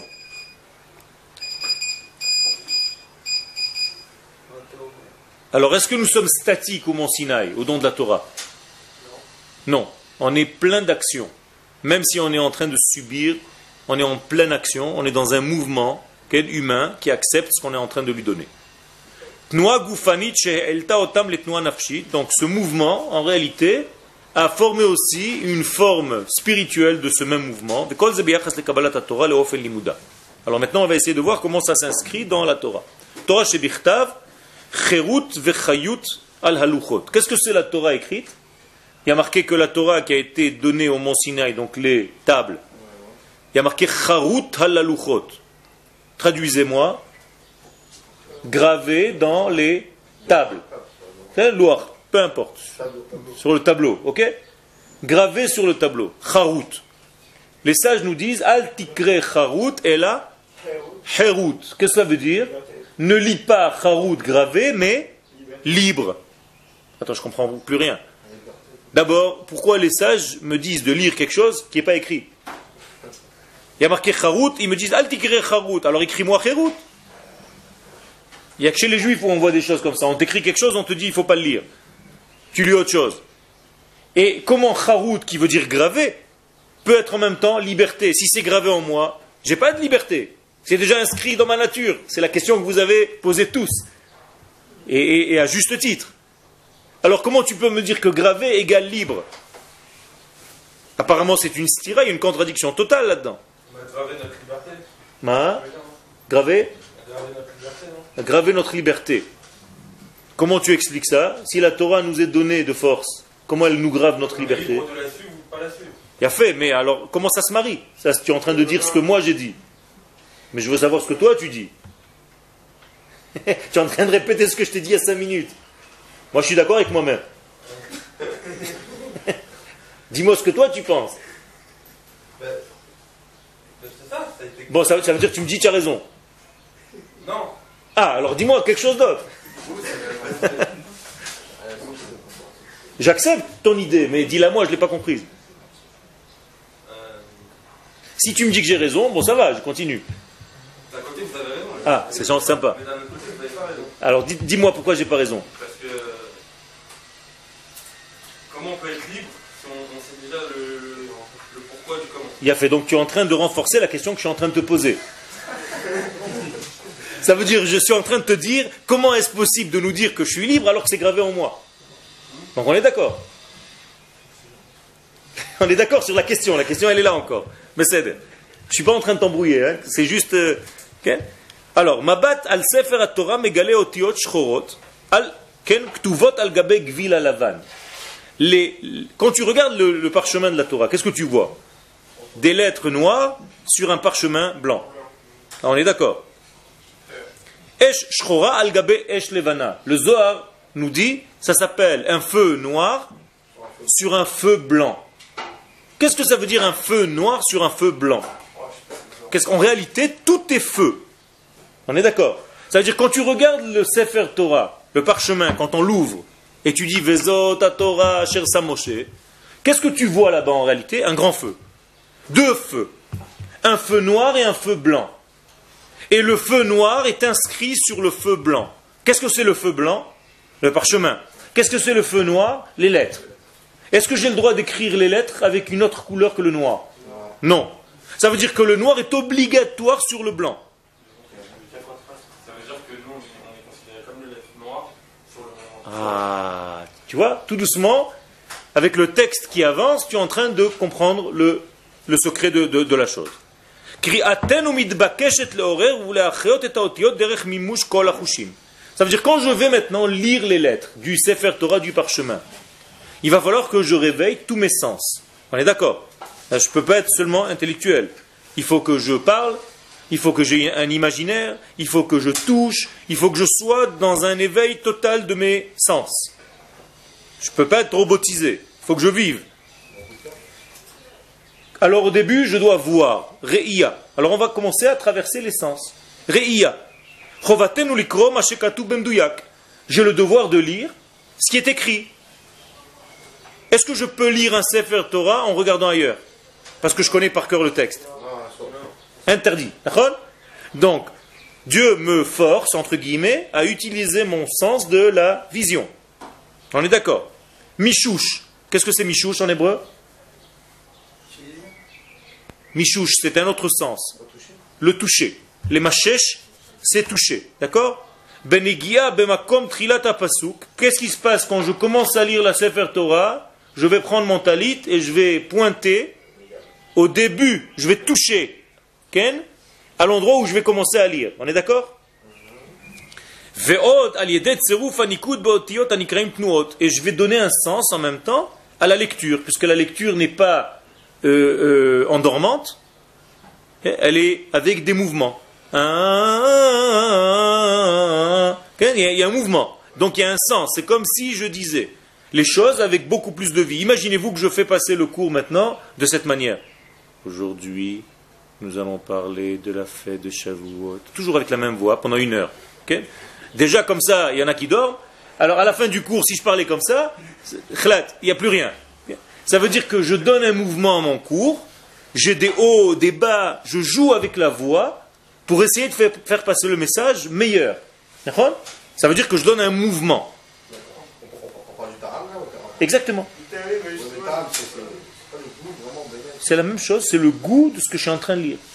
Alors, est-ce que nous sommes statiques au mont Sinaï, au don de la Torah? Non, on est plein d'actions. Même si on est en train de subir, on est en pleine action, on est dans un mouvement humain qui accepte ce qu'on est en train de lui donner. Donc ce mouvement, en réalité, a formé aussi une forme spirituelle de ce même mouvement. Alors maintenant, on va essayer de voir comment ça s'inscrit dans la Torah. Torah shebichtav, cherut vechayut al haluchot. Qu'est-ce que c'est la Torah écrite? Il y a marqué que la Torah qui a été donnée au mont Sinaï, donc les tables, il y a marqué charut al haluchot. Traduisez-moi, gravé dans les tables. C'est loir, peu importe. Sur le tableau, ok? Gravé sur le tableau. Charut. Les sages nous disent Al tikre charut et là herut. Qu'est-ce que ça veut dire? Ne lis pas charut gravé, mais libre. Attends, je comprends plus rien. D'abord, pourquoi les sages me disent de lire quelque chose qui n'est pas écrit? Il y a marqué charut, ils me disent Al tikre charut. Alors écris-moi herut. Il n'y a que chez les juifs où on voit des choses comme ça. On t'écrit quelque chose, on te dit il ne faut pas le lire. Tu lis autre chose. Et comment charut, qui veut dire gravé, peut être en même temps liberté? Si c'est gravé en moi, j'ai pas de liberté. C'est déjà inscrit dans ma nature. C'est la question que vous avez posée tous. Et, et, et à juste titre. Alors comment tu peux me dire que gravé égale libre? Apparemment c'est une stira, il y a une contradiction totale là-dedans. On va graver notre liberté. Ma Gravé Graver notre liberté, non? Graver notre liberté. Comment tu expliques ça? Si la Torah nous est donnée de force, comment elle nous grave notre liberté? Libre de la suivre ou pas la suivre. Il a fait, mais alors comment ça se marie? Ça, tu es en train de dire ce que moi j'ai dit. Mais je veux savoir ce que toi tu dis. Tu es en train de répéter ce que je t'ai dit il y a cinq minutes. Moi je suis d'accord avec moi-même. Dis-moi ce que toi tu penses. Ben, ben c'est ça, ça a été... Bon, ça, ça veut dire que tu me dis tu as raison. Non. Ah, alors dis-moi quelque chose d'autre. J'accepte ton idée, mais dis-la moi, je ne l'ai pas comprise. Euh... Si tu me dis que j'ai raison, bon ça va, je continue. D'un côté, vous avez raison. Ah, c'est sympa. Mais d'un autre côté, vous n'avez pas raison. Alors dis- dis-moi pourquoi j'ai pas raison. Parce que... Comment on peut être libre si on, on sait déjà le, le pourquoi du comment? Il a fait, donc tu es en train de renforcer la question que je suis en train de te poser. Ça veut dire, je suis en train de te dire, comment est-ce possible de nous dire que je suis libre alors que c'est gravé en moi? Donc on est d'accord. On est d'accord sur la question, la question elle est là encore. Mais c'est, je ne suis pas en train de t'embrouiller, hein. C'est juste... Euh, okay. Alors, Mabat al Sefer Torah megale otiot shchorot al ken ktuvot al gabe gvil alavan. Les, quand tu regardes le, le parchemin de la Torah, qu'est-ce que tu vois? Des lettres noires sur un parchemin blanc. Alors, on est d'accord. Esh shchora al gabe esh levana. Le Zohar nous dit, ça s'appelle un feu noir sur un feu blanc. Qu'est-ce que ça veut dire un feu noir sur un feu blanc? Qu'est-ce qu'en réalité, tout est feu. On est d'accord? Ça veut dire quand tu regardes le Sefer Torah, le parchemin, quand on l'ouvre, et tu dis Vezot Torah Asher Sa Moshe, qu'est-ce que tu vois là-bas en réalité? Un grand feu. Deux feux. Un feu noir et un feu blanc. Et le feu noir est inscrit sur le feu blanc. Qu'est-ce que c'est le feu blanc? Le parchemin. Qu'est-ce que c'est le feu noir? Les lettres. Est-ce que j'ai le droit d'écrire les lettres avec une autre couleur que le noir? Non. Ça veut dire que le noir est obligatoire sur le blanc. Ça veut dire que nous, on est considéré comme le lettre noir sur le Ah, tu vois, tout doucement, avec le texte qui avance, tu es en train de comprendre le, le secret de, de, de la chose. Ça veut dire quand je vais maintenant lire les lettres du Sefer Torah du parchemin, il va falloir que je réveille tous mes sens. On est d'accord? Là, je ne peux pas être seulement intellectuel. Il faut que je parle, il faut que j'ai un imaginaire, il faut que je touche, il faut que je sois dans un éveil total de mes sens. Je ne peux pas être robotisé, il faut que je vive. Alors au début, je dois voir, Re'ia. Alors on va commencer à traverser les sens. Re'ia. J'ai le devoir de lire ce qui est écrit. Est-ce que je peux lire un Sefer Torah en regardant ailleurs? Parce que je connais par cœur le texte. Interdit. Donc, Dieu me force, entre guillemets, à utiliser mon sens de la vision. On est d'accord? Mishouch. Qu'est-ce que c'est Mishouch en hébreu? Mishouch, c'est un autre sens. Le toucher. Les machesh, c'est toucher. D'accord? Benegia bemakom trilata pasuk. Qu'est-ce qui se passe quand je commence à lire la Sefer Torah? Je vais prendre mon talit et je vais pointer au début, je vais toucher Ken, à l'endroit où je vais commencer à lire. On est d'accord? Et je vais donner un sens en même temps à la lecture, puisque la lecture n'est pas euh, euh, endormante, elle est avec des mouvements. Il y a un mouvement, donc il y a un sens. C'est comme si je disais les choses avec beaucoup plus de vie. Imaginez-vous que je fais passer le cours maintenant de cette manière. Aujourd'hui, nous allons parler de la fête de Shavuot. Toujours avec la même voix, pendant une heure. Okay? Déjà comme ça, il y en a qui dorment. Alors à la fin du cours, si je parlais comme ça, il n'y a plus rien. Ça veut dire que je donne un mouvement à mon cours, j'ai des hauts, des bas, je joue avec la voix pour essayer de faire, faire passer le message meilleur. Ça veut dire que je donne un mouvement. Exactement. C'est la même chose, c'est le goût de ce que je suis en train de lire.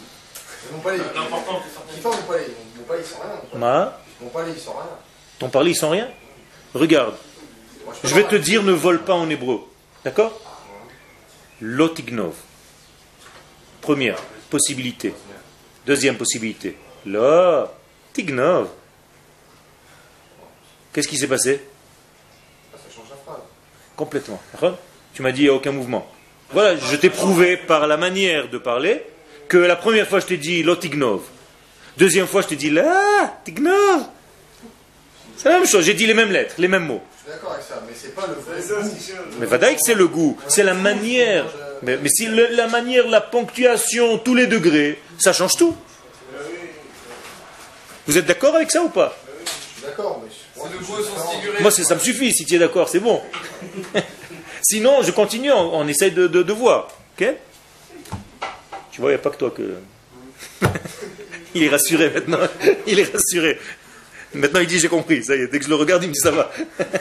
Ton parler, il sent rien. Regarde, je vais te dire ne vole pas en hébreu. D'accord? Lotignov. Première possibilité. Deuxième possibilité. Lotignov. Qu'est-ce qui s'est passé? Complètement. Tu m'as dit il n'y a aucun mouvement. Voilà, je t'ai prouvé par la manière de parler que la première fois je t'ai dit lotignov. Deuxième fois je t'ai dit la tignov. C'est la même chose, j'ai dit les mêmes lettres, les mêmes mots. Je suis d'accord avec ça, mais c'est pas le vrai goût. Mais vadaï que c'est le goût, c'est la manière. Mais, mais si le, la manière, la ponctuation, tous les degrés, ça change tout. Vous êtes d'accord avec ça ou pas? Je suis d'accord, mais c'est le goût au sens figuré. Moi, ça me suffit, si tu es d'accord, c'est bon. Sinon, je continue, on, on essaye de, de, de voir. Ok? Tu vois, il n'y a pas que toi que... Il est rassuré maintenant. Il est rassuré. Maintenant, il dit j'ai compris. Ça y est, dès que je le regarde, il me dit ça va.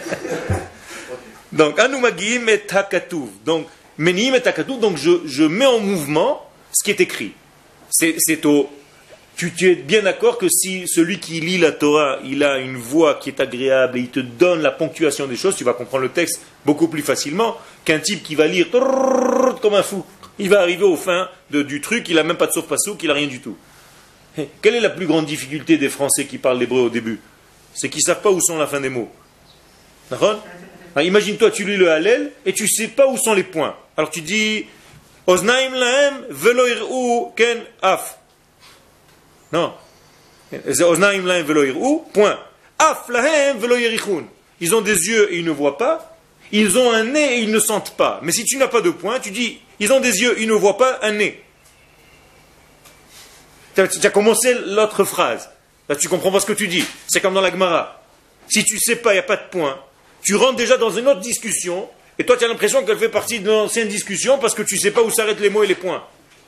Donc, Anumagim et Takatuv. Donc, Menim et Takatuv. Donc, je, je mets en mouvement ce qui est écrit. C'est, c'est au... Tu, tu es bien d'accord que si celui qui lit la Torah, il a une voix qui est agréable et il te donne la ponctuation des choses, tu vas comprendre le texte beaucoup plus facilement qu'un type qui va lire comme un fou. Il va arriver au fin de, du truc, il n'a même pas de sauf-passouk, il n'a rien du tout. Quelle est la plus grande difficulté des Français qui parlent l'hébreu au début? C'est qu'ils ne savent pas où sont la fin des mots. D'accord? Imagine-toi, tu lis le Hallel et tu ne sais pas où sont les points. Alors tu dis Oznaim lahem velo ir'u ken af. Non. Point. Ils ont des yeux et ils ne voient pas. Ils ont un nez et ils ne sentent pas. Mais si tu n'as pas de point, tu dis, ils ont des yeux, ils ne voient pas un nez. Tu as commencé l'autre phrase. Là, tu comprends pas ce que tu dis. C'est comme dans la Gemara. Si tu ne sais pas, il n'y a pas de point. Tu rentres déjà dans une autre discussion et toi, tu as l'impression qu'elle fait partie de l'ancienne discussion parce que tu ne sais pas où s'arrêtent les mots et les points.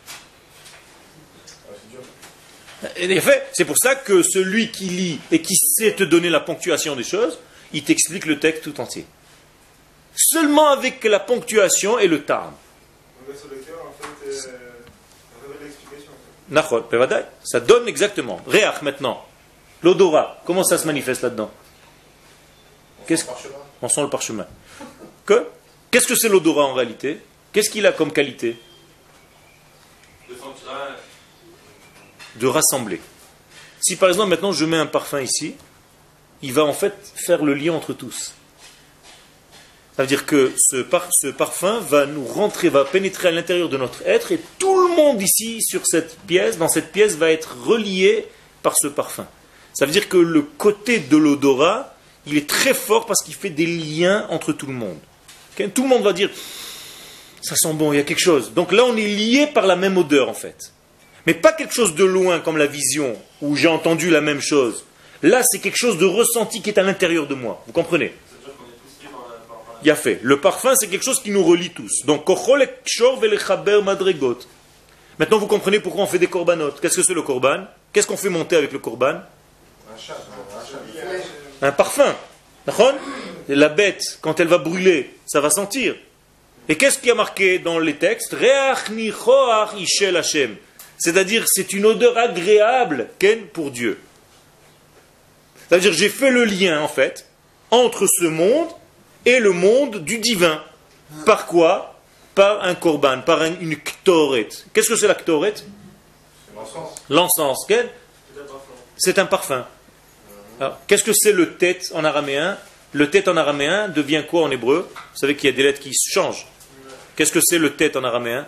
En effet, c'est pour ça que celui qui lit et qui sait te donner la ponctuation des choses, il t'explique le texte tout entier. Seulement avec la ponctuation et le tarm. On met sur le cœur, en fait, euh, on avait l'explication. Nachol, Pevadai. Ça donne exactement. Réach maintenant. L'odorat, comment ça se manifeste là-dedans? Qu'est-ce... On sent le parchemin. Que Qu'est-ce que c'est l'odorat en réalité? Qu'est-ce qu'il a comme qualité? De sentir. Ah, De rassembler. Si par exemple maintenant je mets un parfum ici, il va en fait faire le lien entre tous. Ça veut dire que ce, par, ce parfum va nous rentrer, va pénétrer à l'intérieur de notre être et tout le monde ici sur cette pièce, dans cette pièce, va être relié par ce parfum. Ça veut dire que le côté de l'odorat, il est très fort parce qu'il fait des liens entre tout le monde. Okay? Tout le monde va dire, ça sent bon, il y a quelque chose. Donc là on est lié par la même odeur en fait. Mais pas quelque chose de loin comme la vision, où j'ai entendu la même chose. Là c'est quelque chose de ressenti qui est à l'intérieur de moi. Vous comprenez? c'est-à-dire qu'on est tous liés par la- par- par la- Il y a fait. Le parfum, c'est quelque chose qui nous relie tous. Donc, kochol ekshor velechaber madregot. Maintenant, vous comprenez pourquoi on fait des korbanot. Qu'est-ce que c'est le korban? Qu'est-ce qu'on fait monter avec le korban? Un chat, un chat. Un parfum. D'accord? La bête, quand elle va brûler, ça va sentir. Et qu'est-ce qui a marqué dans les textes? Reach nichoach ishel Hashem. C'est-à-dire, c'est une odeur agréable ken pour Dieu. C'est-à-dire, j'ai fait le lien, en fait, entre ce monde et le monde du divin. Par quoi? Par un korban, par un- une ktoret. Qu'est-ce que c'est la ktoret? C'est l'encens. L'encens. Quel? C'est un parfum. Alors, qu'est-ce que c'est le tête en araméen? Le tête en araméen devient quoi en hébreu? Vous savez qu'il y a des lettres qui se changent. Qu'est-ce que c'est le tête en araméen?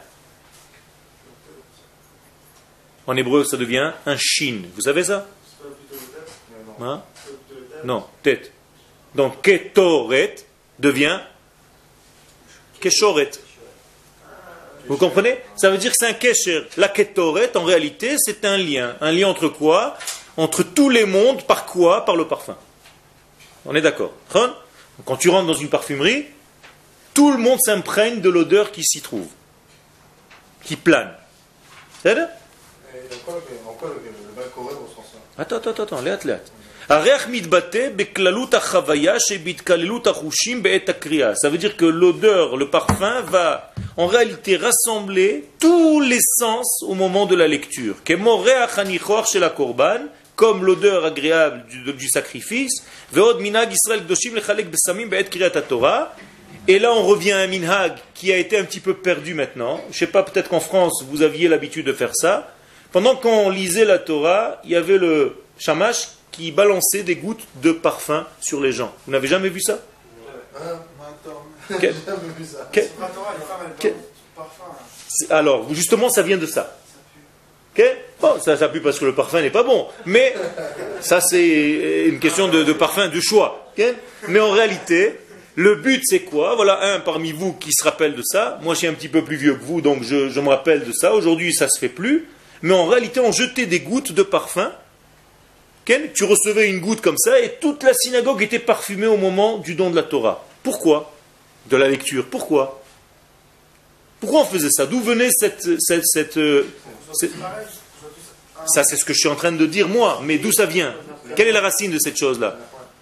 En hébreu, ça devient un shin. Vous savez ça? Hein? Non, tête. Donc, ketoret devient keshoret. Vous comprenez? Ça veut dire que c'est un kesher. La ketoret, en réalité, c'est un lien. Un lien entre quoi? Entre tous les mondes. Par quoi? Par le parfum. On est d'accord? Quand tu rentres dans une parfumerie, tout le monde s'imprègne de l'odeur qui s'y trouve. Qui plane. C'est ça? Et en quoi, en quoi le, le bain coré au sens là? Attends, attends, attends, לאט לאט. הריח מתבטא בכללות החוויה שבהתקללות החושים בעת הקריאה. Ça veut dire que l'odeur, le parfum va en réalité rassembler tous les sens au moment de la lecture. כמו ריח הניחוח של הקורבן, comme l'odeur agréable du, du sacrifice, ועוד מנהג ישראל קדושים לחלק בשמים בעת קריאת התורה. Et là, on revient à un minhag qui a été un petit peu perdu maintenant. Je ne sais pas, peut-être qu'en France, vous aviez l'habitude de faire ça. Pendant qu'on lisait la Torah, il y avait le shamash qui balançait des gouttes de parfum sur les gens. Vous n'avez jamais vu ça? Hein? Quel- J'ai jamais vu ça. quel- Sur la Torah, les femmes, elles Quel- portent du parfum. là. c'est- Alors, justement, ça vient de ça. Ok? Bon, ça, ça pue parce que le parfum n'est pas bon. Mais ça, c'est une question de, de parfum, de choix. Ok? Mais en réalité, le but, c'est quoi? Voilà un parmi vous qui se rappelle de ça. Moi, je suis un petit peu plus vieux que vous, donc je, je me rappelle de ça. Aujourd'hui, ça se fait plus. Mais en réalité, on jetait des gouttes de parfum. Ok? Tu recevais une goutte comme ça et toute la synagogue était parfumée au moment du don de la Torah. Pourquoi? De la lecture. Pourquoi? Pourquoi on faisait ça? D'où venait cette... cette, cette, euh, cette- Pareil, je vois tous- Ça, c'est ce que je suis en train de dire, moi. Mais d'où ça vient? Quelle est la racine de cette chose-là?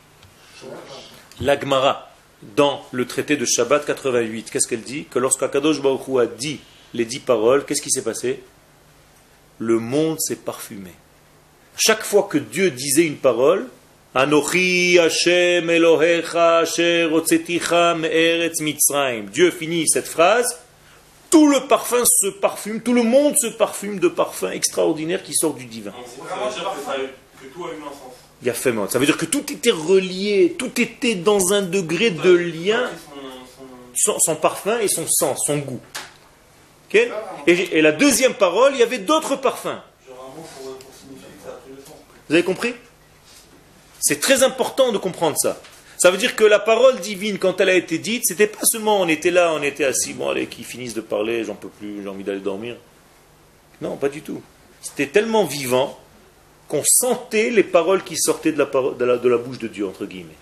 La Gemara, dans le traité de Shabbat quatre-vingt-huit, qu'est-ce qu'elle dit? Que lorsqu'Akadosh Baruch Hu a dit les dix paroles, qu'est-ce qui s'est passé? Le monde s'est parfumé. Chaque fois que Dieu disait une parole, Anochi Hashem Elohecha Asher Hotzeticha Me'eretz Mitzrayim. Dieu finit cette phrase, tout le parfum se parfume, tout le monde se parfume de parfums extraordinaires qui sortent du divin. Donc, ça veut dire que, ça a eu- que tout a eu un sens. Il y a fait mode. Ça veut dire que tout était relié, tout était dans un degré de lien, Son- son- son, son parfum et son sens, son goût. Ok? et, et la deuxième parole, il y avait d'autres parfums. Genre un mot pour, pour signifier que ça a pris le sens. Vous avez compris? C'est très important de comprendre ça. Ça veut dire que la parole divine, quand elle a été dite, c'était pas seulement on était là, on était assis, bon allez, qu'ils finissent de parler, j'en peux plus, j'ai envie d'aller dormir. Non, pas du tout. C'était tellement vivant qu'on sentait les paroles qui sortaient de la, parole, de, la, de la bouche de Dieu, entre guillemets.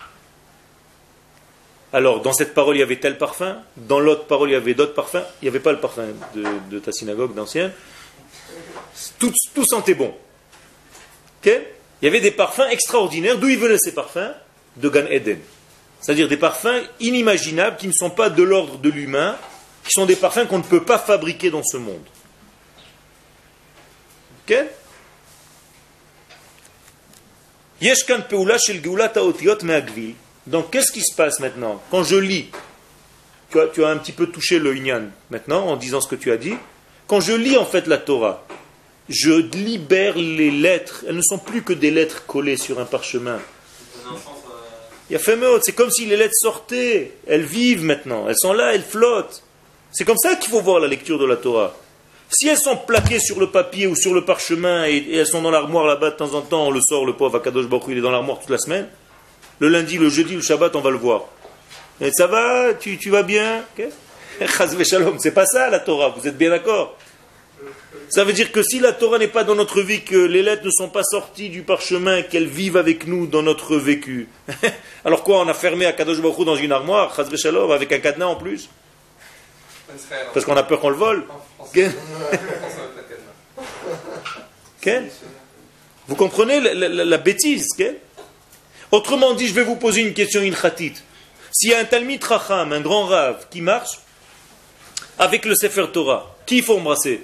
Alors, dans cette parole, il y avait tel parfum, dans l'autre parole, il y avait d'autres parfums, il n'y avait pas le parfum de, de ta synagogue d'ancienne. Tout, tout sentait bon. Ok? Il y avait des parfums extraordinaires. D'où ils venaient ces parfums? De Gan Eden. C'est-à-dire des parfums inimaginables qui ne sont pas de l'ordre de l'humain, qui sont des parfums qu'on ne peut pas fabriquer dans ce monde. Ok? Yeshkan peula shel geulat haotiyot me'agvil. Donc qu'est-ce qui se passe maintenant? Quand je lis, tu as, tu as un petit peu touché le inyan maintenant en disant ce que tu as dit. Quand je lis en fait la Torah, je libère les lettres. Elles ne sont plus que des lettres collées sur un parchemin. Il y a fait meute, c'est comme si les lettres sortaient. Elles vivent maintenant. Elles sont là, elles flottent. C'est comme ça qu'il faut voir la lecture de la Torah. Si elles sont plaquées sur le papier ou sur le parchemin et, et elles sont dans l'armoire là-bas de temps en temps, on le sort, le pauvre Akadosh Baruch Hu, il est dans l'armoire toute la semaine. Le lundi, le jeudi, le Shabbat, on va le voir. Et ça va, tu, tu vas bien, Chas v'shalom, c'est pas ça la Torah, vous êtes bien d'accord? Ça veut dire que si la Torah n'est pas dans notre vie, que les lettres ne sont pas sorties du parchemin, qu'elles vivent avec nous dans notre vécu, alors quoi, on a fermé Akadosh Baruch Hu dans une armoire, Chas v'shalom, avec un cadenas en plus? Parce qu'on a peur qu'on le vole. Vous comprenez la, la, la bêtise? Autrement dit, je vais vous poser une question inchatit. S'il y a un Talmid Chacham, un grand rave, qui marche avec le Sefer Torah, qui il faut embrasser?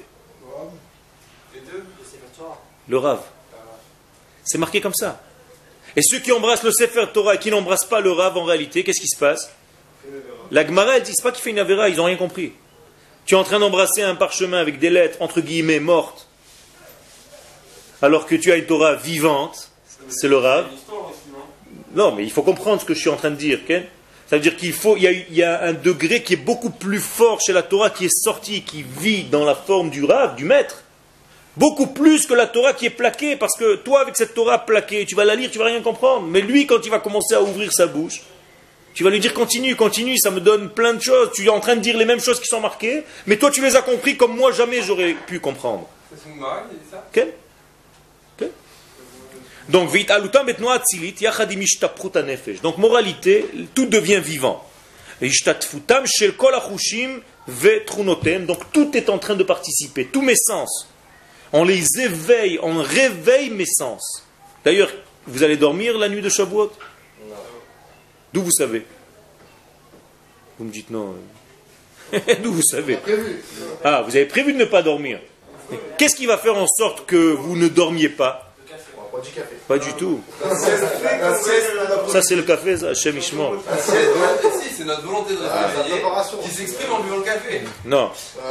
Le rave. C'est marqué comme ça. Et ceux qui embrassent le Sefer Torah et qui n'embrassent pas le rave, en réalité, qu'est-ce qui se passe? La Gemara, elle ne dit pas qu'il fait une avéra, ils n'ont rien compris. Tu es en train d'embrasser un parchemin avec des lettres, entre guillemets, mortes, alors que tu as une Torah vivante, c'est le rave. Non, mais il faut comprendre ce que je suis en train de dire. Okay? Ça veut dire qu'il faut, il y, a, il y a un degré qui est beaucoup plus fort chez la Torah, qui est sorti, qui vit dans la forme du rave, du maître. Beaucoup plus que la Torah qui est plaquée, parce que toi, avec cette Torah plaquée, tu vas la lire, tu vas rien comprendre. Mais lui, quand il va commencer à ouvrir sa bouche, tu vas lui dire continue, continue, ça me donne plein de choses. Tu es en train de dire les mêmes choses qui sont marquées, mais toi tu les as compris comme moi jamais j'aurais pu comprendre. C'est son mari, il dit ça? Okay? Okay? Donc, v'italutam betnoa atzilit yachad im ishtapchut hanefesh. Donc, moralité, tout devient vivant. Ishtatfutam shel kol achushim ve'trunotem. Donc, tout est en train de participer. Tous mes sens. On les éveille, on réveille mes sens. D'ailleurs, vous allez dormir la nuit de Shavuot? D'où vous savez? Vous me dites non. D'où vous savez? Ah, vous avez prévu de ne pas dormir. Qu'est-ce qui va faire en sorte que vous ne dormiez pas? Pas du tout. Ça c'est le café, ça, Hachem Ishmor. Si, c'est notre volonté de réveiller qui s'exprime en buvant le café. Non.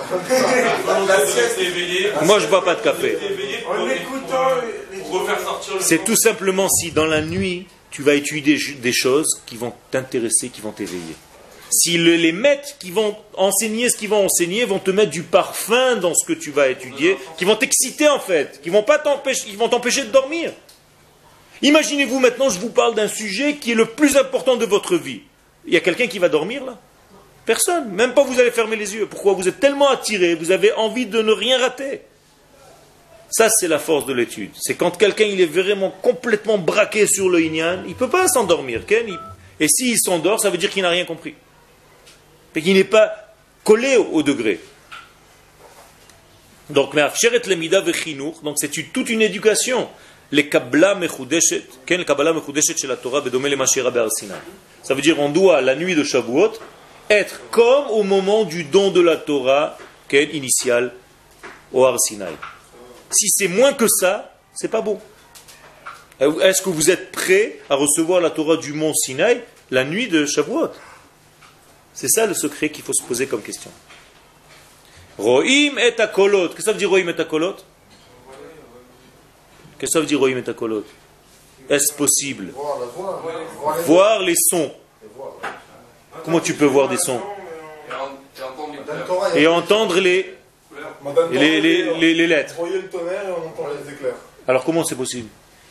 Moi je bois pas de café. En écoutant. C'est tout simplement si dans la nuit tu vas étudier des choses qui vont t'intéresser, qui vont t'éveiller. Si le, les maîtres qui vont enseigner ce qu'ils vont enseigner vont te mettre du parfum dans ce que tu vas étudier, qui vont t'exciter en fait, qui vont pas t'empêcher, ils vont t'empêcher de dormir. Imaginez-vous maintenant, je vous parle d'un sujet qui est le plus important de votre vie. Il y a quelqu'un qui va dormir là? Personne, même pas vous allez fermer les yeux. Pourquoi? Vous êtes tellement attiré, vous avez envie de ne rien rater. Ça c'est la force de l'étude. C'est quand quelqu'un il est vraiment complètement braqué sur le inyan, il ne peut pas s'endormir. Et s'il s'endort, ça veut dire qu'il n'a rien compris. Et qu'il n'est pas collé au, au degré. Donc, donc c'est toute une éducation. Les Kabbalah mechudeshet, ken le Kabbalah mechudeshet chez la Torah, bedomé le mashira be'ar Sinai. Ça veut dire on doit la nuit de Shavuot être comme au moment du don de la Torah, ken initial au Har Sinai. Si c'est moins que ça, c'est pas bon. Est-ce que vous êtes prêts à recevoir la Torah du mont Sinaï la nuit de Shavuot? C'est ça le secret qu'il faut se poser comme question. Roim et akolot. Qu'est-ce que ça veut dire Roim et akolot? Qu'est-ce que ça veut dire Roim et akolot? Est-ce possible? Voir les sons. Comment tu peux voir des sons? Et entendre les, les, les, les, les lettres. Alors comment c'est possible?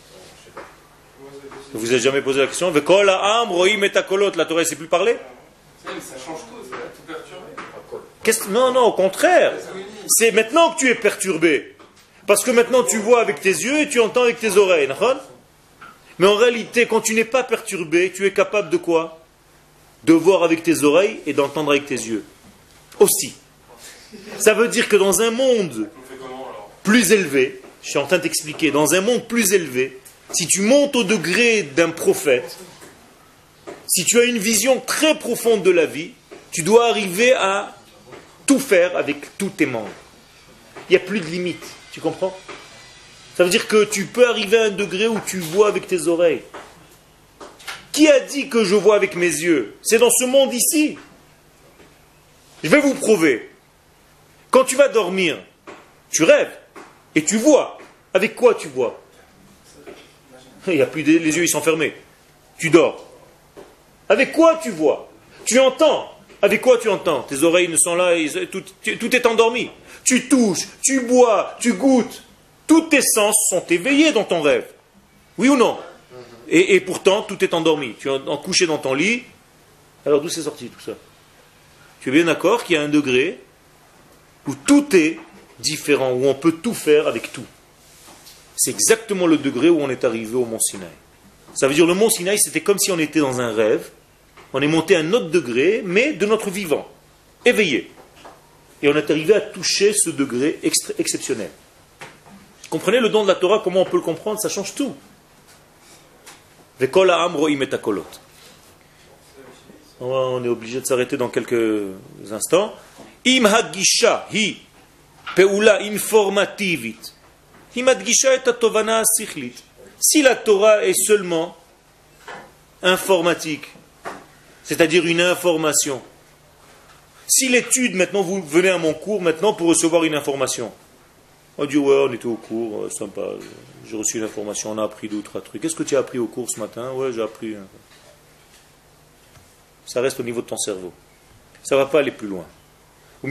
Vous n'avez jamais posé la question? La Torah ne sait plus parler? Ça change tout, ça va tout perturber. Qu'est-ce... Non, non, au contraire. C'est maintenant que tu es perturbé. Parce que maintenant tu vois avec tes yeux et tu entends avec tes oreilles. Mais en réalité, quand tu n'es pas perturbé, tu es capable de quoi? De voir avec tes oreilles et d'entendre avec tes yeux. Aussi. Ça veut dire que dans un monde plus élevé, je suis en train de t'expliquer, dans un monde plus élevé, si tu montes au degré d'un prophète, si tu as une vision très profonde de la vie, tu dois arriver à tout faire avec tous tes membres. Il n'y a plus de limite, tu comprends? Ça veut dire que tu peux arriver à un degré où tu vois avec tes oreilles. Qui a dit que je vois avec mes yeux? C'est dans ce monde ici. Je vais vous prouver. Quand tu vas dormir, tu rêves et tu vois. Avec quoi tu vois? Il y a plus de, les yeux ils sont fermés. Tu dors. Avec quoi tu vois? Tu entends. Avec quoi tu entends? Tes oreilles ne sont là, ils, tout, tout est endormi. Tu touches, tu bois, tu goûtes. Tous tes sens sont éveillés dans ton rêve. Oui ou non? et, et pourtant, tout est endormi. Tu es en, en couché dans ton lit. Alors d'où c'est sorti tout ça? Tu es bien d'accord qu'il y a un degré où tout est différent, où on peut tout faire avec tout. C'est exactement le degré où on est arrivé au mont Sinaï. Ça veut dire le mont Sinaï, c'était comme si on était dans un rêve. On est monté à un autre degré, mais de notre vivant, éveillé. Et on est arrivé à toucher ce degré extra- exceptionnel. Comprenez le don de la Torah, comment on peut le comprendre? Ça change tout. On est obligé de s'arrêter dans quelques instants. Im hagisha hi peula informativit. Im hagisha et tovana sikhlit. Si la Torah est seulement informatique, c'est-à-dire une information. Si l'étude, maintenant vous venez à mon cours maintenant pour recevoir une information. On dit ouais, on était au cours, euh, sympa, j'ai reçu une information, on a appris deux ou trois trucs. Qu'est-ce que tu as appris au cours ce matin? Ouais, j'ai appris. Ça reste au niveau de ton cerveau. Ça ne va pas aller plus loin. Donc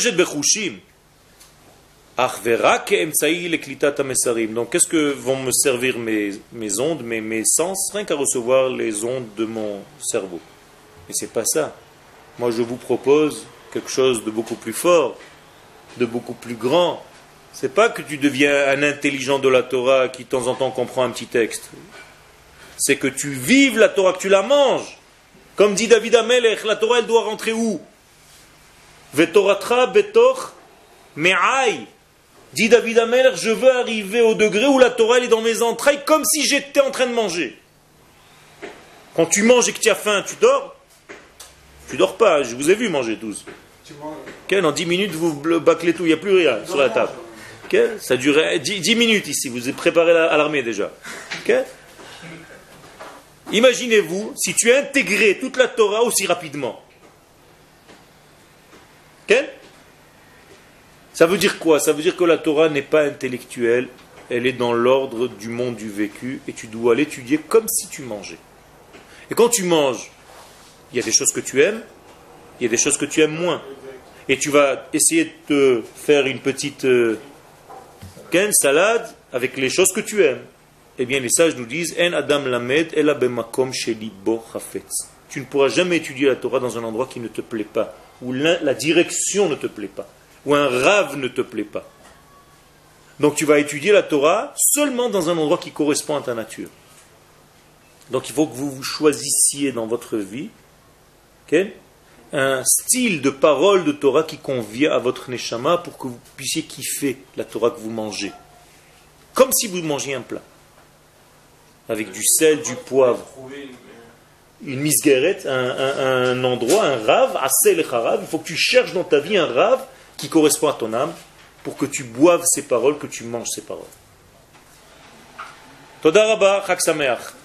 qu'est-ce que vont me servir mes, mes ondes, mes, mes sens, rien qu'à recevoir les ondes de mon cerveau? Mais c'est pas ça. Moi je vous propose quelque chose de beaucoup plus fort, de beaucoup plus grand. C'est pas que tu deviens un intelligent de la Torah qui de temps en temps comprend un petit texte. C'est que tu vives la Torah, que tu la manges. Comme dit David Amelech, la Torah elle doit rentrer où? Vetoratra betor me'ai. Dit David Amelech, je veux arriver au degré où la Torah elle est dans mes entrailles comme si j'étais en train de manger. Quand tu manges et que tu as faim, tu dors? Tu dors pas, je vous ai vu manger tous. Okay, dans dix minutes, vous bâclez tout, il n'y a plus rien sur la table. Okay, ça dure dix minutes ici, vous êtes préparé à l'armée déjà. Okay. Imaginez-vous si tu as intégré toute la Torah aussi rapidement. Okay. Ça veut dire quoi? Ça veut dire que la Torah n'est pas intellectuelle, elle est dans l'ordre du monde du vécu et tu dois l'étudier comme si tu mangeais. Et quand tu manges, il y a des choses que tu aimes, il y a des choses que tu aimes moins. Et tu vas essayer de te faire une petite euh, salade avec les choses que tu aimes. Eh bien, les sages nous disent En Adam Lamed ela bemakom shelibo chafetz. Tu ne pourras jamais étudier la Torah dans un endroit qui ne te plaît pas, où la direction ne te plaît pas, où un rave ne te plaît pas. Donc tu vas étudier la Torah seulement dans un endroit qui correspond à ta nature. Donc il faut que vous vous choisissiez dans votre vie okay, un style de parole de Torah qui convient à votre neshama pour que vous puissiez kiffer la Torah que vous mangez. Comme si vous mangiez un plat. Avec du sel, du poivre. Une misguerette, un, un, un endroit, un rave, assez le harav. Il faut que tu cherches dans ta vie un rave qui correspond à ton âme pour que tu boives ces paroles, que tu manges ces paroles. Toda Rabba, Chag Sameach.